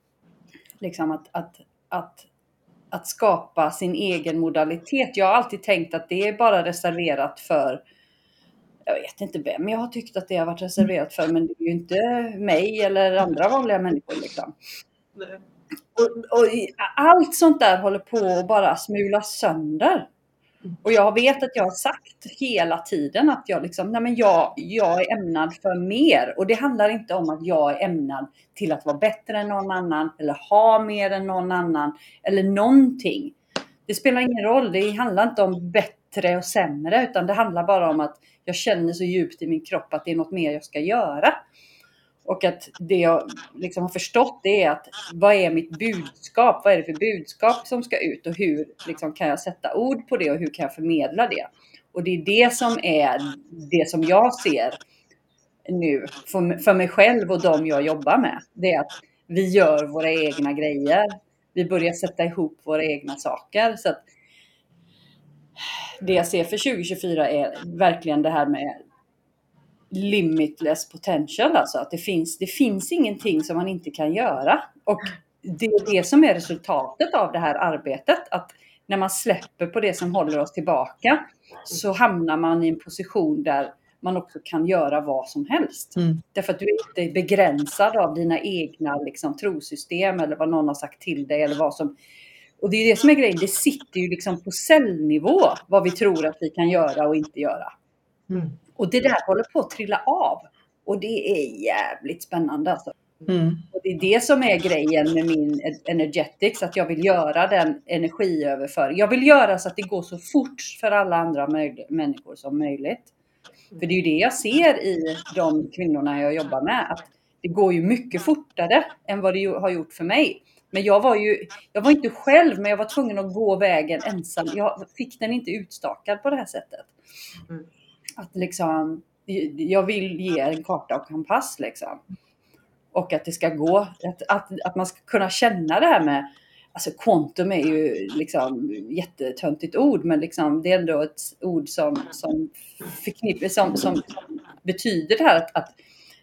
liksom att, att, att, att skapa sin egen modalitet. Jag har alltid tänkt att det är bara reserverat för, jag vet inte vem jag har tyckt att det har varit reserverat för. Men det är ju inte mig eller andra vanliga människor liksom. Nej. Och, och allt sånt där håller på att bara smula sönder. Och jag vet att jag har sagt hela tiden att jag liksom, nej men jag, jag är ämnad för mer. Och det handlar inte om att jag är ämnad till att vara bättre än någon annan. Eller ha mer än någon annan. Eller någonting. Det spelar ingen roll. Det handlar inte om bättre och sämre. Utan det handlar bara om att jag känner så djupt i min kropp att det är något mer jag ska göra. Och att det jag liksom har förstått, det är att vad är mitt budskap? Vad är det för budskap som ska ut? Och hur liksom kan jag sätta ord på det? Och hur kan jag förmedla det? Och det är det som är det som jag ser nu för, för mig själv och de jag jobbar med. Det är att vi gör våra egna grejer. Vi börjar sätta ihop våra egna saker. Så att det jag ser för tjugo tjugofyra är verkligen det här med limitless potential, alltså att det finns, det finns ingenting som man inte kan göra. Och det är det som är resultatet av det här arbetet, att när man släpper på det som håller oss tillbaka så hamnar man i en position där man också kan göra vad som helst. Mm. Därför att du är inte begränsad av dina egna liksom, trosystem eller vad någon har sagt till dig eller vad som. Och det är det som är grejen, det sitter ju liksom på cellnivå vad vi tror att vi kan göra och inte göra. Mm. Och det där håller på att trilla av. Och det är jävligt spännande alltså. Mm. Och det är det som är grejen med min energetics. Att jag vill göra den energiöverföring. Jag vill göra så att det går så fort för alla andra möj- människor som möjligt. För det är ju det jag ser i de kvinnorna jag jobbar med. Att det går ju mycket fortare än vad det har gjort för mig. Men jag var ju, jag var inte själv, men jag var tvungen att gå vägen ensam. Jag fick den inte utstakad på det här sättet. Mm. Att liksom, jag vill ge en karta och kompass liksom. Och att det ska gå, att, att, att man ska kunna känna det här med, alltså quantum är ju liksom jättetöntigt ord, men liksom det är ändå ett ord som, som förknippar, som, som betyder det här att, att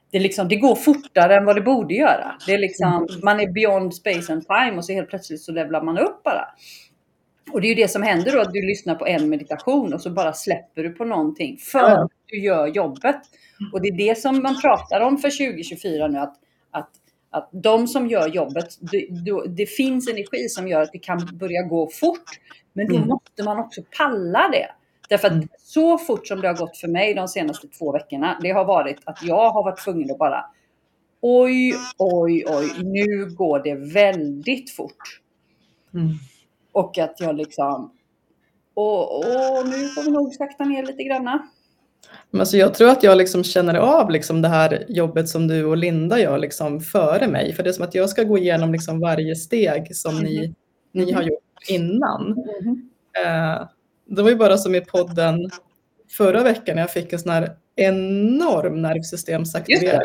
det, liksom, det går fortare än vad det borde göra. Det är liksom, man är beyond space and time och så helt plötsligt så levlar man upp bara. Och det är ju det som händer då, att du lyssnar på en meditation och så bara släpper du på någonting för att du gör jobbet. Och det är det som man pratar om för tjugo tjugofyra nu, att, att, att de som gör jobbet, det, det finns energi som gör att det kan börja gå fort, men då
Mm.
måste man också palla det. Därför att
Mm.
så fort som det har gått för mig de senaste två veckorna, det har varit att jag har varit tvungen att bara oj, oj, oj, nu går det väldigt fort.
Mm.
Och att jag liksom, och, och nu får vi nog sakta ner lite granna.
Men alltså jag tror att jag liksom känner av liksom det här jobbet som du och Linda gör liksom före mig. För det är som att jag ska gå igenom liksom varje steg som
Mm.
ni, ni har gjort innan.
Mm.
Eh, det var ju bara som i podden förra veckan när jag fick en sån här enorm nervsystemsaktivering.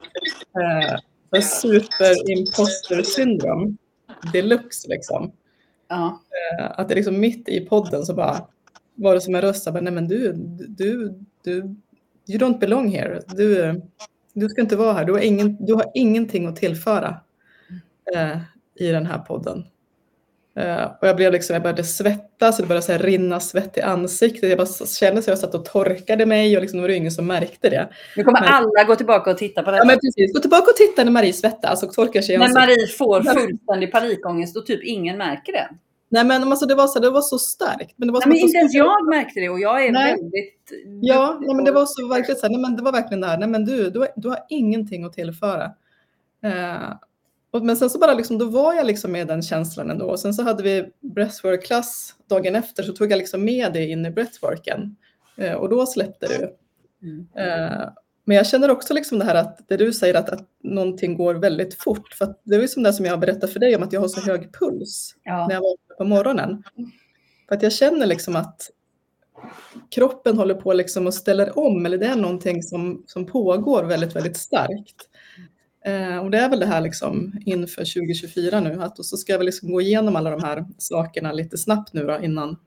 Eh, super imposter syndrom. Deluxe liksom.
Ja.
Eh, att det liksom mitt i podden så bara var det som en röst. Nej men du, du, du, you don't belong here. Du, du ska inte vara här. Du har, ingen, du har ingenting att tillföra eh, i den här podden. Uh, och jag blev liksom, jag började svettas, det började så här rinna svett i ansiktet. Jag bara kände så jag satt och torkade mig och liksom, det var ingen som märkte det.
Nu kommer
men,
alla gå tillbaka och titta på det.
Ja men precis, gå tillbaka och titta när Marie svettas och torkar sig i
När
ansiktet.
Marie får fullständig panikångest och typ ingen märker det.
Nej men alltså, det, var så, det var så starkt. Men, det var
nej, men inte ens
jag
jag märkte det och jag är
nej.
väldigt...
Ja, nej, men det var så verkligen så här, nej men det var verkligen det här, nej men du, du, har, du har ingenting att tillföra. Uh, Men sen så bara liksom, då var jag liksom med den känslan ändå. Och sen så hade vi breathwork-klass dagen efter, så tog jag liksom med det in i breathworken. Eh, och då släppte det.
Mm.
Eh, men jag känner också liksom det här att det du säger att, att någonting går väldigt fort. För att det är ju som det som jag har berättat för dig om att jag har så hög puls
Ja.
när jag vaknar på morgonen. För att jag känner liksom att kroppen håller på liksom och ställer om. Eller det är någonting som, som pågår väldigt, väldigt starkt. Eh, och det är väl det här liksom inför tjugo tjugofyra nu, att och så ska jag väl liksom gå igenom alla de här sakerna lite snabbt nu då, innan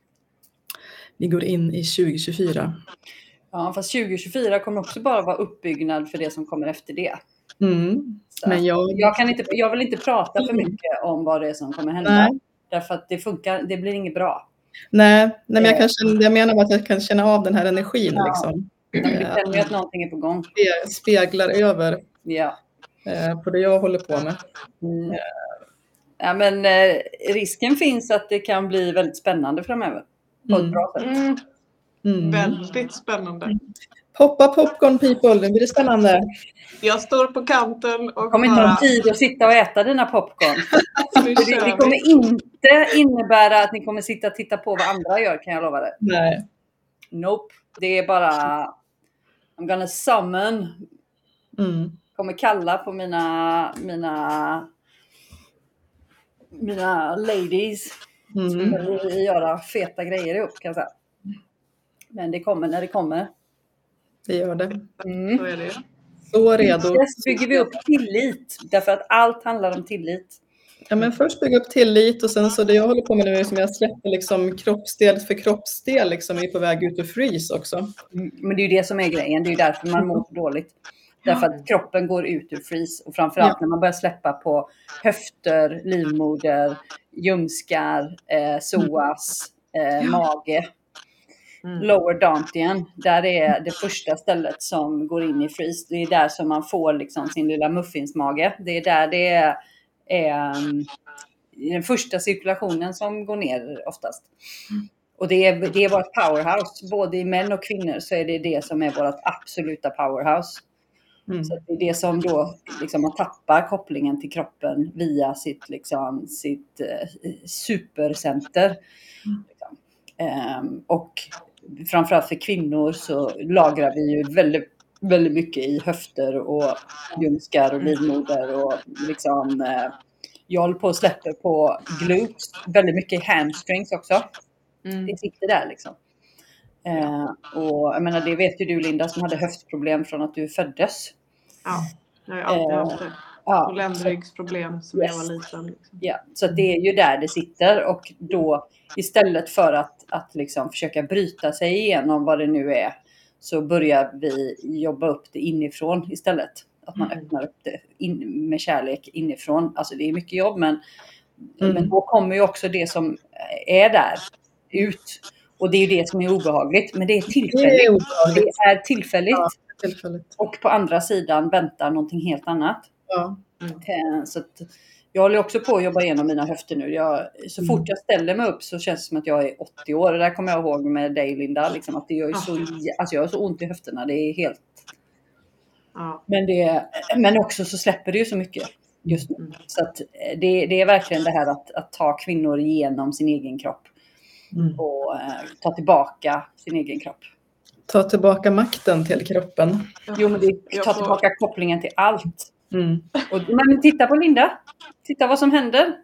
vi går in i tjugo tjugofyra.
Ja, fast tjugo tjugofyra kommer också bara vara uppbyggnad för det som kommer efter det.
Mm.
Så
Men jag...
Jag, kan inte, jag vill inte prata för mycket om vad det är som kommer hända.
Nej.
Därför att det funkar, det blir inget bra.
Nej, nej men jag, kan känna, jag menar att jag kan känna av den här energin
Ja.
liksom.
Du känner ju att någonting är på gång.
Det speglar över
Ja.
eh, på det jag håller på med.
Mm. Ja, men eh, risken finns att det kan bli väldigt spännande framöver. På ett
Mm.
bra sätt.
Mm.
Mm.
Väldigt spännande.
Poppa popcorn people, nu blir det spännande.
Jag står på kanten och
Jag kommer inte
bara...
ha tid att sitta och äta dina popcorn.
Nu
det,
kör
det
vi.
kommer inte innebära att ni kommer sitta och titta på vad andra gör, kan jag lova dig.
Nej.
Nope. Det är bara... I'm gonna summon.
Mm.
Kommer kalla på mina... Mina... Mina ladies.
Mm.
Så kommer vi göra feta grejer ihop, kan jag säga. Men det kommer när det kommer.
Det gör det.
Mm.
Så är det ju.
Så redo.
Yes, bygger vi upp tillit. Därför att allt handlar om tillit.
Ja, men först bygga upp tillit och sen så det jag håller på med nu är som jag släpper liksom kroppsdel för kroppsdel liksom är på väg ut ur freeze också.
Mm, Men det är ju det som är grejen. Det är ju därför man mår så dåligt. Därför att kroppen går ut ur freeze. Och framförallt
Ja.
när man börjar släppa på höfter, livmoder, ljumskar, eh, psoas, eh, mage.
Mm.
Lower Dantian, där är det första stället som går in i freeze. Det är där som man får liksom sin lilla muffinsmage. Det är där det är, är um, den första cirkulationen som går ner oftast. Och det är, det är vårt powerhouse. Både i män och kvinnor så är det det som är vårt absoluta powerhouse.
Mm.
Så det är det som då liksom man tappar kopplingen till kroppen via sitt, liksom, sitt eh, supercenter. Liksom. Um, och framförallt för kvinnor så lagrar vi ju väldigt, väldigt mycket i höfter och ljumskar och livmoder och liksom eh, jag håller på och släpper på glutes, väldigt mycket hamstrings också.
Mm.
Det sitter där liksom. Eh, och jag menar, det vet ju du, Linda, som hade höftproblem från att du föddes.
Ja, jag har ju alltid
Eh,
haft det.
Ja,
Och ländryggsproblem som
Yes.
jag var liten. Liksom.
ja, så att det är ju där det sitter och då istället för att, att liksom försöka bryta sig igenom vad det nu är så börjar vi jobba upp det inifrån istället. Att man
Mm.
öppnar upp det in, med kärlek inifrån. Alltså det är mycket jobb, men,
Mm.
men då kommer ju också det som är där ut. Och det är ju det som är obehagligt. Men det är
Det
tillfälligt.
är obehagligt.
Det är tillfälligt.
Ja, tillfälligt.
Och på andra sidan väntar någonting helt annat.
Ja.
Eh, Så att jag håller också på att jobba igenom mina höfter nu. Jag, så
Mm.
fort jag ställer mig upp så känns det som att jag är åttio år. Det där kommer jag ihåg med dig, Linda. Liksom, att det gör ju så, alltså jag har så ont i höfterna. Det är helt...
Ja.
Men, det, men också så släpper det ju så mycket just nu.
Mm.
Så att det, det är verkligen det här att, att ta kvinnor igenom sin egen kropp.
Mm.
Och eh, ta tillbaka sin egen kropp.
Ta tillbaka makten till kroppen.
Jo, men det
Jag
ta
får-
tillbaka kopplingen till allt.
Mm.
Och, men titta på Linda. Titta vad som händer.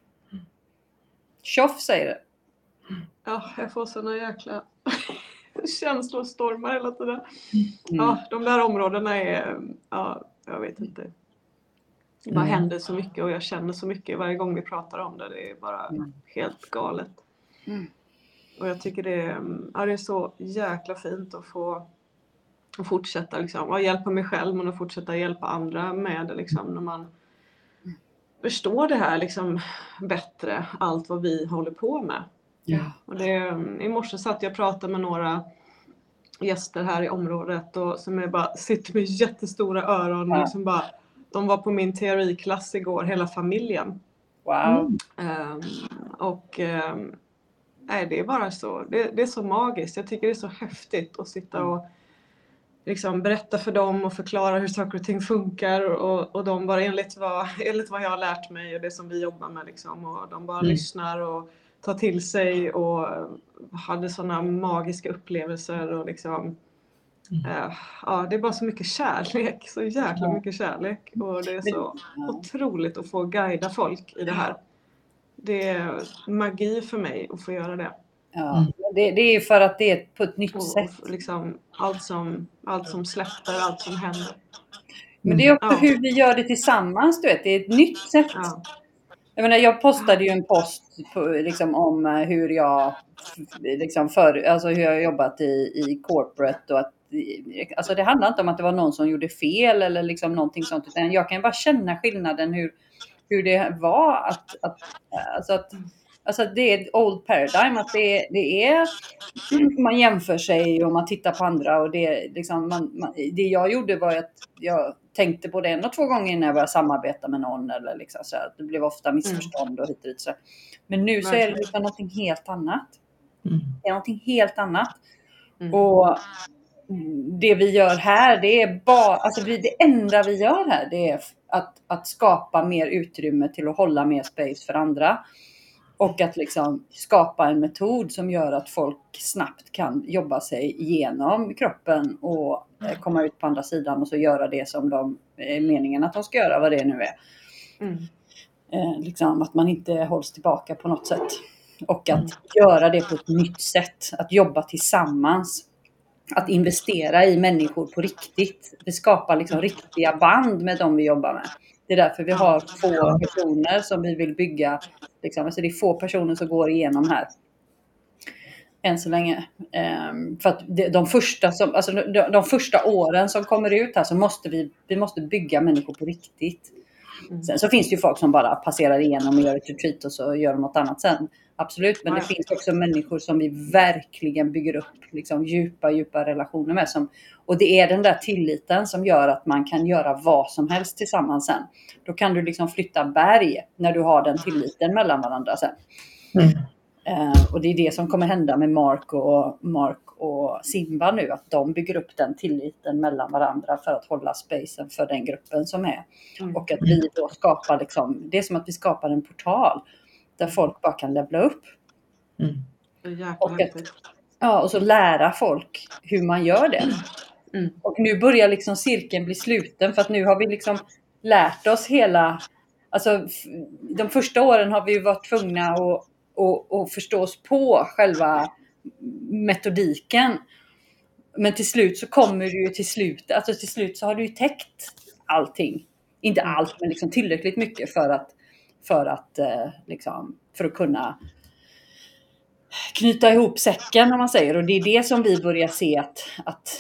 Tjoff säger det.
Ja, jag får såna jäkla känslostormar hela tiden.
Mm.
Ja, de där områdena är, ja, jag vet inte. Det bara
Mm.
händer så mycket och jag känner så mycket varje gång vi pratar om det. Det är bara
Mm.
helt galet.
Mm.
Och jag tycker det är, ja, det är så jäkla fint att få att fortsätta liksom, att hjälpa mig själv men att fortsätta hjälpa andra med det liksom, när man förstår det här liksom bättre, allt vad vi håller på med.
Ja.
Och det, i morse satt jag och pratade med några gäster här i området och som är bara, sitter med jättestora öron
Ja.
och liksom bara, de var på min teoriklass igår, hela familjen.
Wow.
Um, och um, nej, det är bara så, det, det är så magiskt. Jag tycker det är så häftigt att sitta och liksom berätta för dem och förklara hur saker och ting funkar och, och de bara enligt vad, enligt vad jag har lärt mig och det som vi jobbar med liksom, och de bara
Mm.
lyssnar och tar till sig och hade sådana magiska upplevelser och liksom
Mm.
eh, ja, det är bara så mycket kärlek, så jäkla
Ja.
mycket kärlek och det är så
Ja.
otroligt att få guida folk i det här. Det är magi för mig att få göra det.
Ja.
Mm.
Det, det är ju för att det är på ett nytt
Och,
sätt.
och liksom allt som, allt som släpper, allt som händer.
Men det är också
Ja.
hur vi gör det tillsammans, du vet. Det är ett nytt sätt.
Ja.
Jag menar, jag postade ju en post på, liksom, om eh, hur jag liksom, för, alltså, hur jag har jobbat i, i corporate och att alltså, det handlar inte om att det var någon som gjorde fel eller liksom någonting sånt, utan jag kan bara känna skillnaden hur, hur det var att, att, alltså, att alltså det är ett old paradigm, att det, det är man jämför sig och man tittar på andra och det liksom man, man, det jag gjorde var att jag tänkte på det en och två gånger när jag började samarbeta med någon eller liksom så här, det blev ofta missförstånd och hit och dit så. Men nu så är det liksom någonting helt annat.
Mm.
Det är någonting helt annat.
Mm.
Och det vi gör här, det är bara, alltså det enda vi gör här, det är att, att skapa mer utrymme till att hålla mer space för andra. Och att liksom skapa en metod som gör att folk snabbt kan jobba sig igenom kroppen och eh, komma ut på andra sidan och så göra det som de är meningen att de ska göra, vad det nu är.
Mm.
Eh, liksom att man inte hålls tillbaka på något sätt. Och att göra det på ett nytt sätt. Att jobba tillsammans. Att investera i människor på riktigt. Vi skapar liksom riktiga band med dem vi jobbar med. Det är därför vi har få personer som vi vill bygga. Liksom. Alltså det är få personer som går igenom här. Än så länge. Um, för att de, de, första som, alltså de, de första åren som kommer ut här så måste vi, vi måste bygga människor på riktigt.
Mm.
Sen så finns det ju folk som bara passerar igenom och gör ett retreat och så gör de något annat sen. Absolut, men det
Ja.
finns också människor som vi verkligen bygger upp liksom, djupa, djupa relationer med. Som, och det är den där tilliten som gör att man kan göra vad som helst tillsammans sen. Då kan du liksom flytta berg när du har den tilliten mellan varandra sen.
Mm.
Uh, och det är det som kommer hända med Mark och, Mark och Simba nu. Att de bygger upp den tilliten mellan varandra för att hålla spacen för den gruppen som är.
Mm.
Och att vi då skapar liksom, det är som att vi skapar en portal där folk bara kan levla upp.
Mm.
Det är jäkla
Och att-
häftigt.
Ja, och så lära folk hur man gör det.
Mm.
Och nu börjar liksom cirkeln bli sluten för att nu har vi liksom lärt oss hela, alltså f- de första åren har vi ju varit tvungna att, att, att förstå oss på själva metodiken. Men till slut så kommer du ju till slut, alltså till slut så har du ju täckt allting. Inte allt, men liksom tillräckligt mycket för att, för att, eh, liksom, för att kunna knyta ihop säcken om man säger. Och det är det som vi börjar se att, att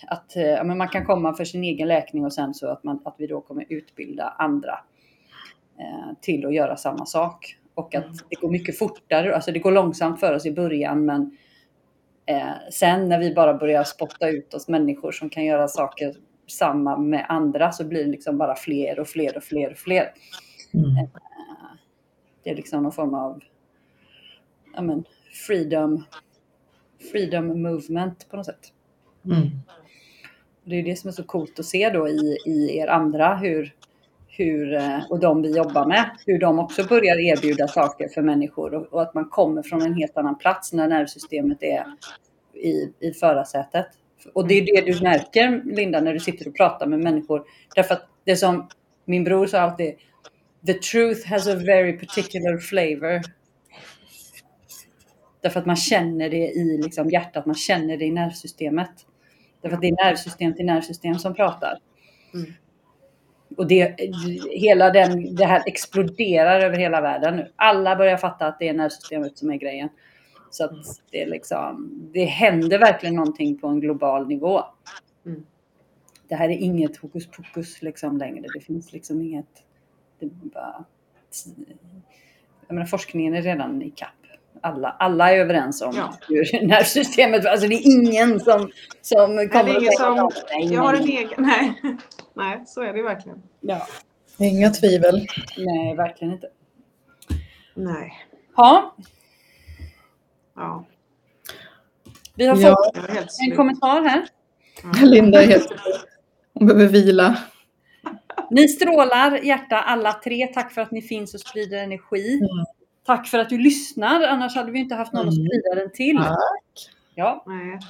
Att ja, men man kan komma för sin egen läkning och sen så att, man, att vi då kommer utbilda andra eh, till att göra samma sak. Och att det går mycket fortare, alltså det går långsamt för oss i början, men eh, sen när vi bara börjar spotta ut oss människor som kan göra saker samma med andra, så blir det liksom bara fler och fler och fler och fler. Mm. Eh, det är liksom någon form av ja, men, freedom, freedom movement på något sätt. Mm. Det är det som är så coolt att se då i, i er andra, hur, hur, och de vi jobbar med, hur de också börjar erbjuda saker för människor, och, och att man kommer från en helt annan plats när nervsystemet är i, i förarsätet. Och det är det du märker, Linda, när du sitter och pratar med människor. Därför att det som min bror sa alltid, the truth has a very particular flavor. Därför att man känner det i liksom hjärtat, man känner det i nervsystemet. Därför att det är nervsystem till nervsystem som pratar. Mm. Och det, hela den, det här exploderar över hela världen nu. Alla börjar fatta att det är nervsystemet som är grejen. Så att det, är liksom, det händer verkligen någonting på en global nivå. Mm. Det här är inget hokus pokus liksom längre. Det finns liksom inget... Det bara, jag menar, forskningen är redan i kapp. Alla, alla är överens om ja. hur nervsystemet... Alltså det är ingen som, som kommer
att säga som, nej, jag har en egen... Nej. nej, så är det verkligen.
Ja. Inga tvivel.
Nej, verkligen inte.
Nej.
Ja.
Ja.
Vi har
ja.
fått en kommentar här.
Ja. Linda är helt... Hon behöver vila.
Ni strålar hjärta alla tre. Tack för att ni finns och sprider energi. Mm. Tack för att du lyssnar. Annars hade vi inte haft någon mm. att sprida den till.
Tack.
Ja.
Nej.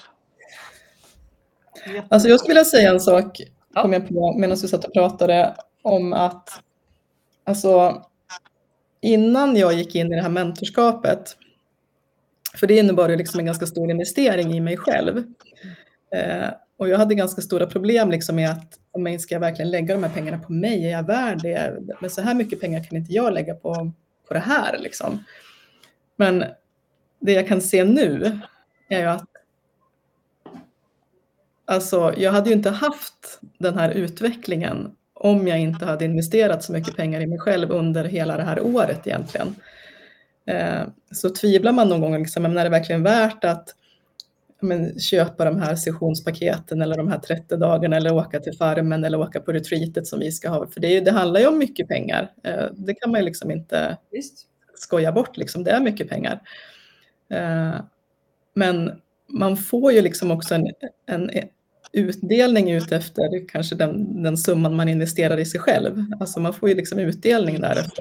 Alltså jag skulle vilja säga en sak. Ja. Kom jag på medan du satt och pratade om att alltså innan jag gick in i det här mentorskapet, för det innebar ju liksom en ganska stor investering i mig själv. Eh, och jag hade ganska stora problem liksom med att om jag ska verkligen lägga de här pengarna på mig, är jag värd det? Men så här mycket pengar kan inte jag lägga på, på det här liksom. Men det jag kan se nu är ju att alltså jag hade ju inte haft den här utvecklingen om jag inte hade investerat så mycket pengar i mig själv under hela det här året egentligen. Eh, så tvivlar man någon gång liksom, men är det verkligen värt att men, köpa de här sessionspaketen eller de här trettio dagarna eller åka till farmen eller åka på retreatet som vi ska ha. För det, är, det handlar ju om mycket pengar. Eh, det kan man ju liksom inte Visst. skoja bort. Liksom. Det är mycket pengar. Eh, men man får ju liksom också en, en utdelning ut efter kanske den, den summan man investerar i sig själv. Alltså man får ju liksom utdelning därefter.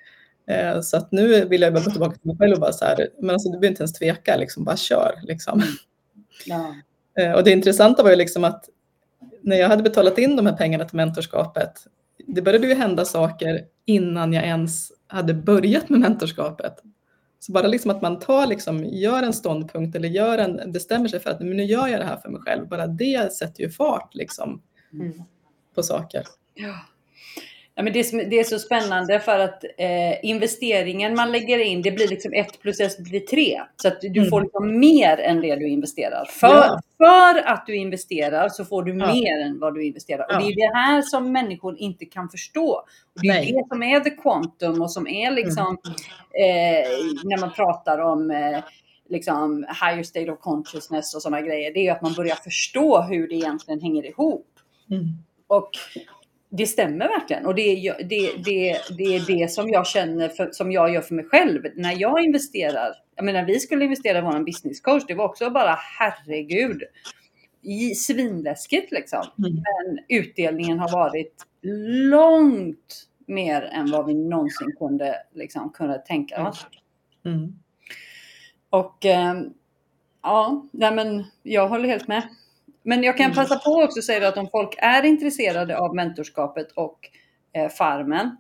Eh, så att nu vill jag bara gå tillbaka till mig själv och bara så här, men alltså du behöver inte ens tveka, liksom, bara kör. Liksom.
Ja.
Eh, och det intressanta var ju liksom att när jag hade betalat in de här pengarna till mentorskapet, det började ju hända saker innan jag ens hade börjat med mentorskapet. Så bara liksom att man tar liksom, gör en ståndpunkt eller gör en, bestämmer sig för att men nu gör jag det här för mig själv. Bara det sätter ju fart liksom, mm. på saker.
Ja. Ja, men det, är, det är så spännande för att eh, investeringen man lägger in, det blir liksom ett plus ett blir tre. Så att du mm. får liksom mer än det du investerar. För, ja. för att du investerar så får du ja. mer än vad du investerar. Ja. Och det är det här som människor inte kan förstå. Och det är Nej. det som är the quantum och som är liksom mm. eh, när man pratar om eh, liksom higher state of consciousness och sådana grejer. Det är att man börjar förstå hur det egentligen hänger ihop. Mm. Och det stämmer verkligen. Och det är det, det, det, är det som jag känner för, som jag gör för mig själv. När jag investerar, jag menar vi skulle investera i vår business coach, det var också bara herregud. I svinläskigt liksom. Mm. Men utdelningen har varit långt mer än vad vi någonsin kunde, liksom, kunde tänka oss. Mm. Och äh, ja, nej, men jag håller helt med. Men jag kan passa på också att säga att om folk är intresserade av mentorskapet och eh, farmen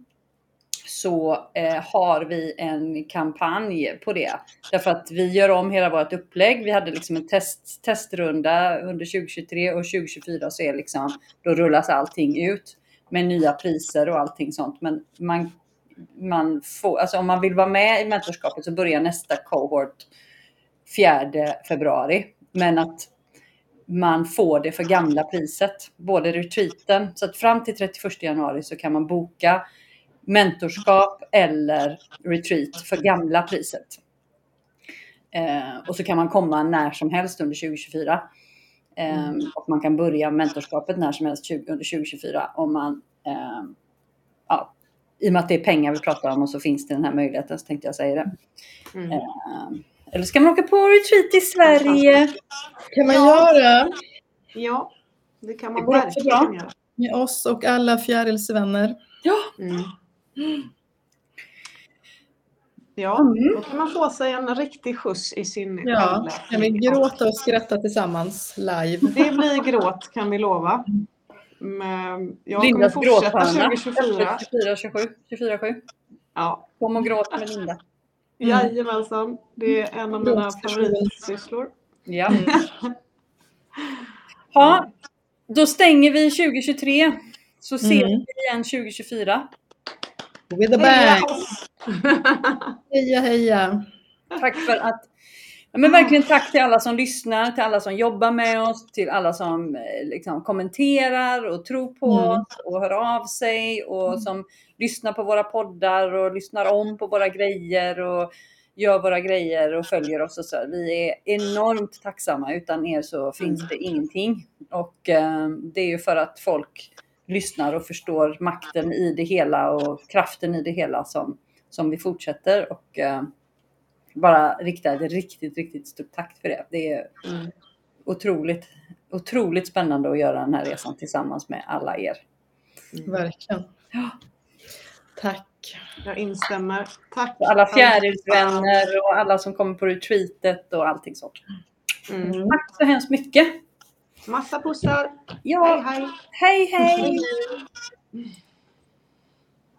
så eh, har vi en kampanj på det. Därför att vi gör om hela vårt upplägg. Vi hade liksom en test, testrunda under tjugo tjugotre och tjugo tjugofyra så är liksom, då rullas allting ut med nya priser och allting sånt. Men man, man får, alltså om man vill vara med i mentorskapet så börjar nästa cohort fjärde februari. Men att man får det för gamla priset. Både retreaten, så att fram till trettioförsta januari så kan man boka mentorskap eller retreat för gamla priset. Eh, och så kan man komma när som helst under tjugo tjugofyra. Eh, mm. Och man kan börja mentorskapet när som helst under tjugo tjugofyra. Om man, eh, ja, i och med att det är pengar vi pratar om och så finns det den här möjligheten, så tänkte jag säga det. Mm. Eh, eller ska man åka på retreat i Sverige?
Kan man ja. göra?
Ja, det kan man
det
verkligen göra.
Med oss och alla fjärilsvänner.
Ja.
Mm. Ja, mm. Då kan man få sig en riktig skjuts i sin
Ja, kan vi gråta och skratta tillsammans live?
Det blir gråt, kan vi lova. Men jag Lindas kommer fortsätta tjugo tjugofyra.
tjugofyra sju
Ja.
Kom och gråt med Linda.
Mm. Jajamensan, det är en av mina favoritsysslor.
Ja. Mm. Ja, då stänger vi tjugo tjugotre. Så ses mm. vi igen tjugo tjugofyra.
With the bag. Heja, heja.
Tack för att... Ja, men verkligen tack till alla som lyssnar, till alla som jobbar med oss, till alla som liksom kommenterar och tror på mm. oss och hör av sig och mm. som lyssnar på våra poddar och lyssnar om på våra grejer och gör våra grejer och följer oss och så. Vi är enormt tacksamma. Utan er så finns det ingenting. Och eh, det är ju för att folk lyssnar och förstår makten i det hela och kraften i det hela som, som vi fortsätter. Och eh, bara rikta ett riktigt, riktigt stort tack för det. Det är mm. otroligt, otroligt spännande att göra den här resan tillsammans med alla er.
Mm. Verkligen.
Ja.
Tack.
Jag instämmer. Tack.
Alla fjärilsvänner och alla som kommer på retreatet och allting sånt. Mm. Tack så hemskt mycket.
Massa pussar.
Ja.
Hej, hej.
Hej, hej.